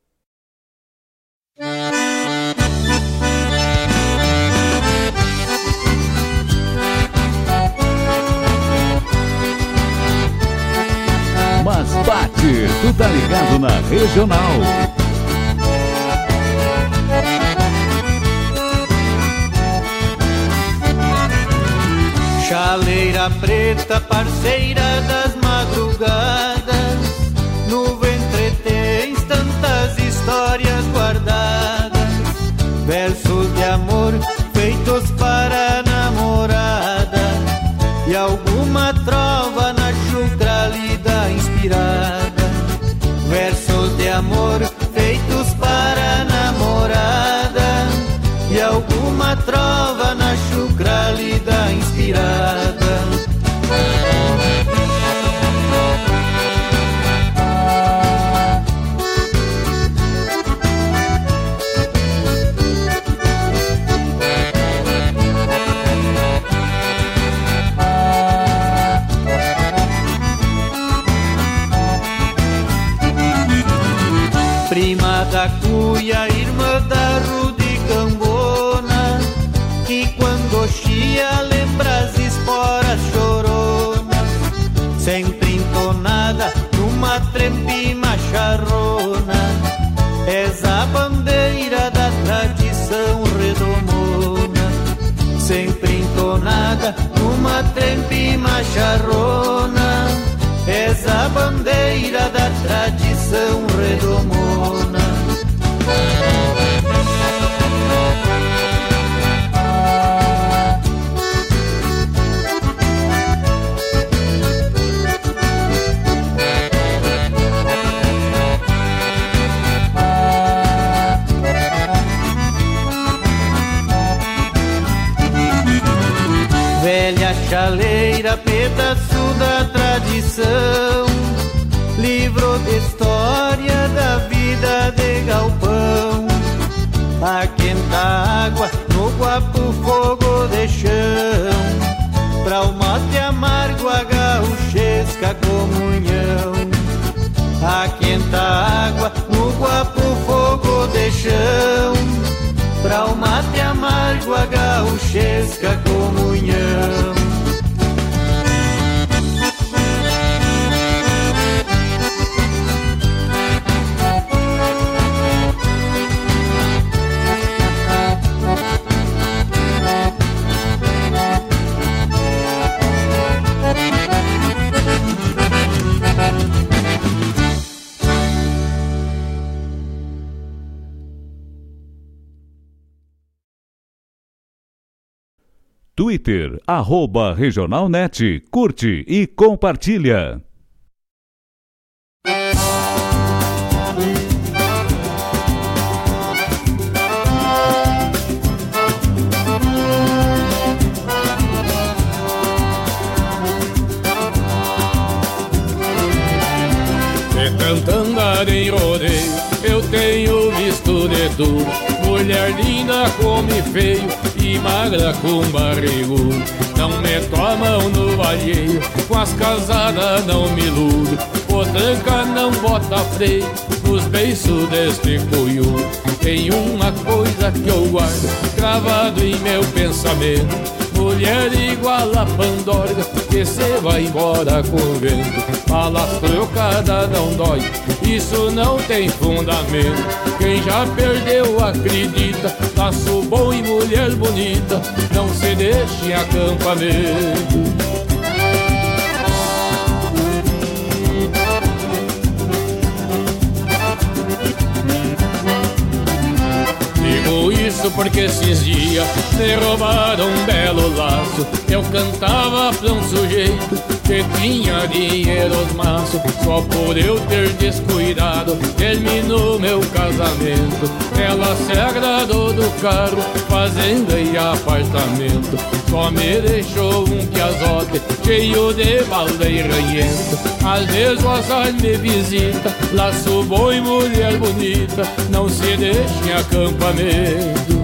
Mas bate, tu tá ligado na regional. Chaleira preta, parceira das madrugadas, no ventre tens tantas histórias guardadas, versos de amor feitos para namorar. alguma trova na chucralida inspirada, versos de amor feitos para a namorada, e alguma trova na chucralida inspirada. Prima da cuia, irmã da rude cambona, que quando chia lembra as esporas choronas, sempre entonada numa trempima charrona. És a bandeira da tradição redomona, sempre entonada numa trempima charrona. És a bandeira da tradição redomona. Velha chaleira, pedaço da tradição, livro de história da vida de galpão. A quenta água no guapo fogo de chão, pra o mate amargo a gaúchesca comunhão. A quenta água no guapo fogo de chão, pra o mate amargo a gaúchesca comunhão. Twitter, arroba regionalnet, curte e compartilha. E cantando em rodeio, eu tenho visto de tudo. Mulher linda come feio e magra com barrigudo. Não meto a mão no alheio, com as casadas não me iludo. Potranca não bota freio nos beiços deste cuiú. Tem uma coisa que eu guardo gravado em meu pensamento: mulher igual a pandorga que cê vai embora com o vento. Balas trocadas não dói, isso não tem fundamento. Quem já perdeu acredita, laço bom e mulher bonita não se deixa em acampamento. Digo isso porque esses dias me roubaram um belo laço. Eu cantava pra um sujeito que tinha dinheiro aos maços. Só por eu ter descuidado terminou meu casamento. Ela se agradou do carro, fazenda e apartamento. Só me deixou um piazote cheio de balda e ranhento. Às vezes o azar me visita, laço bom e mulher bonita não se deixa em acampamento.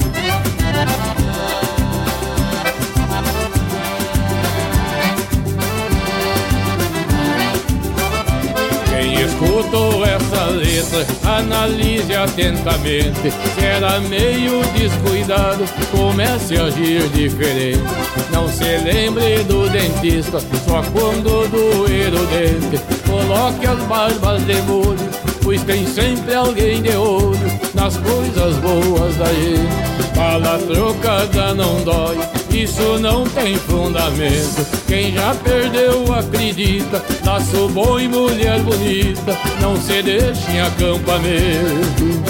Quem escutou essa letra, analise atentamente. Se era meio descuidado, comece a agir diferente. Não se lembre do dentista só quando doer o dente. Coloque as barbas de molho, pois tem sempre alguém de olho nas coisas boas da gente. Fala trocada não dói, isso não tem fundamento. Quem já perdeu acredita, laço bom e mulher bonita não se deixa em acampamento.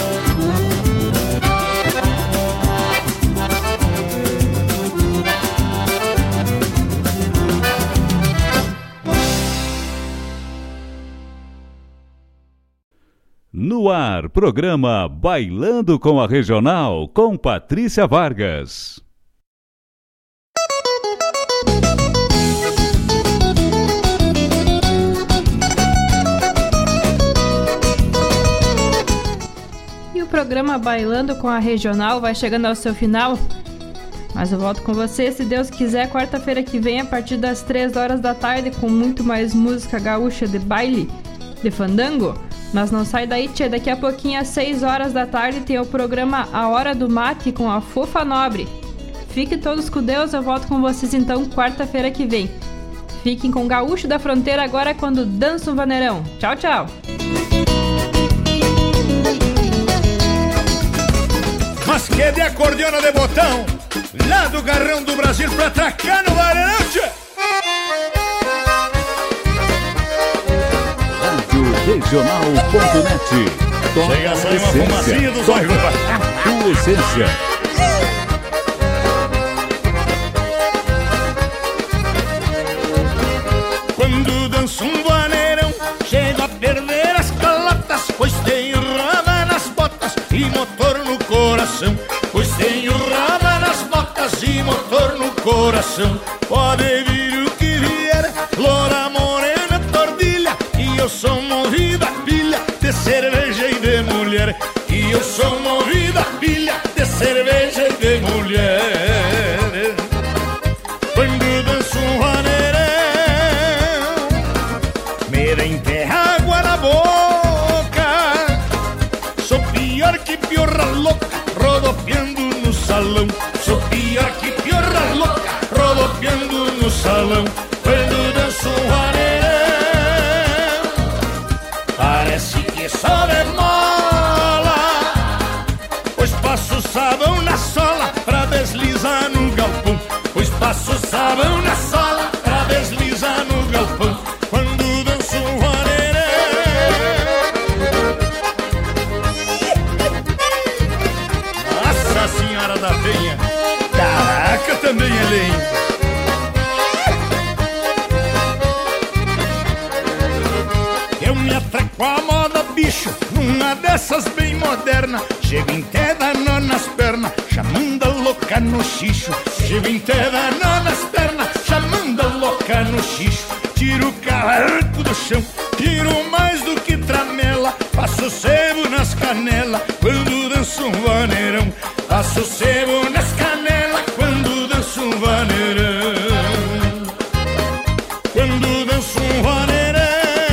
No ar, programa Bailando com a Regional, com Patrícia Vargas. E o programa Bailando com a Regional vai chegando ao seu final. Mas eu volto com você, se Deus quiser, quarta-feira que vem, a partir das três horas da tarde, com muito mais música gaúcha de baile, de fandango. Mas não sai daí, tia. Daqui a pouquinho, às seis horas da tarde, tem o programa A Hora do Mate com a Fofa Nobre. Fiquem todos com Deus, eu volto com vocês então quarta-feira que vem. Fiquem com o Gaúcho da Fronteira agora quando dança um vaneirão. Tchau, tchau! Mas que de acordeona de botão, lá do Garrão do Brasil pra atracar no vaneirão, tia! Regional ponto net. Chega a sair uma fumacinha dos olhos. A tua essência. Quando danço um vaneirão, chego a perder as calotas, pois tenho roda nas botas e motor no coração. Pois tenho roda nas botas e motor no coração. Pode vir o que vier, loura morena, tordilha, e eu sou movido a pilha de cerveja e de mulher. E eu sou movido a pilha de cerveja e de mulher. Quando danço um vaneirão, me dá enterra água na boca. Sou pior que piorra louca, rodopiando no salão. Sou pior que piorra louca, rodopiando no salão. Quando danço um vaneirão, parece que só demola, pois passo sabão na sola pra deslizar no galpão. Pois passo sabão na sola pra deslizar no galpão. Quando danço um vaneirão, Nossa Senhora da Penha, caraca, também é lindo. Eu me atraco a moda, bicho, numa dessas bem moderna. Chego em té da nó nas pernas, chamando a louca no xixo. Chego em té da nó nas pernas, chamando a louca no xixo. Tiro o cavarco do chão, tiro mais do que tramela. Passo sebo nas canelas, quando danço um vaneirão. Passo sebo nas canelas, quando danço um vaneirão. Quando danço um vaneirão,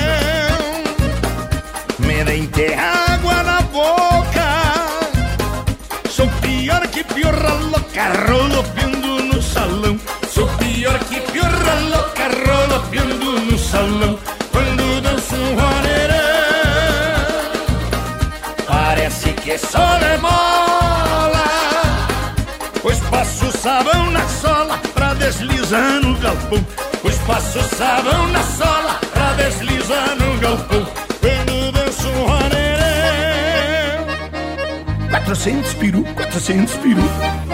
me dá enterra água na boca. Sou pior que piorra louca, rodopiando no salão. Sou pior que piorra louca, rodopiando no salão. Quando danço um vaneirão, parece que só demola, pois passo sabão na sola pra deslizar no galpão. Pois passo sabão na sola pra deslizar no galpão. Quando danço um vaneirão, quatrocentos peru, quatrocentos peru.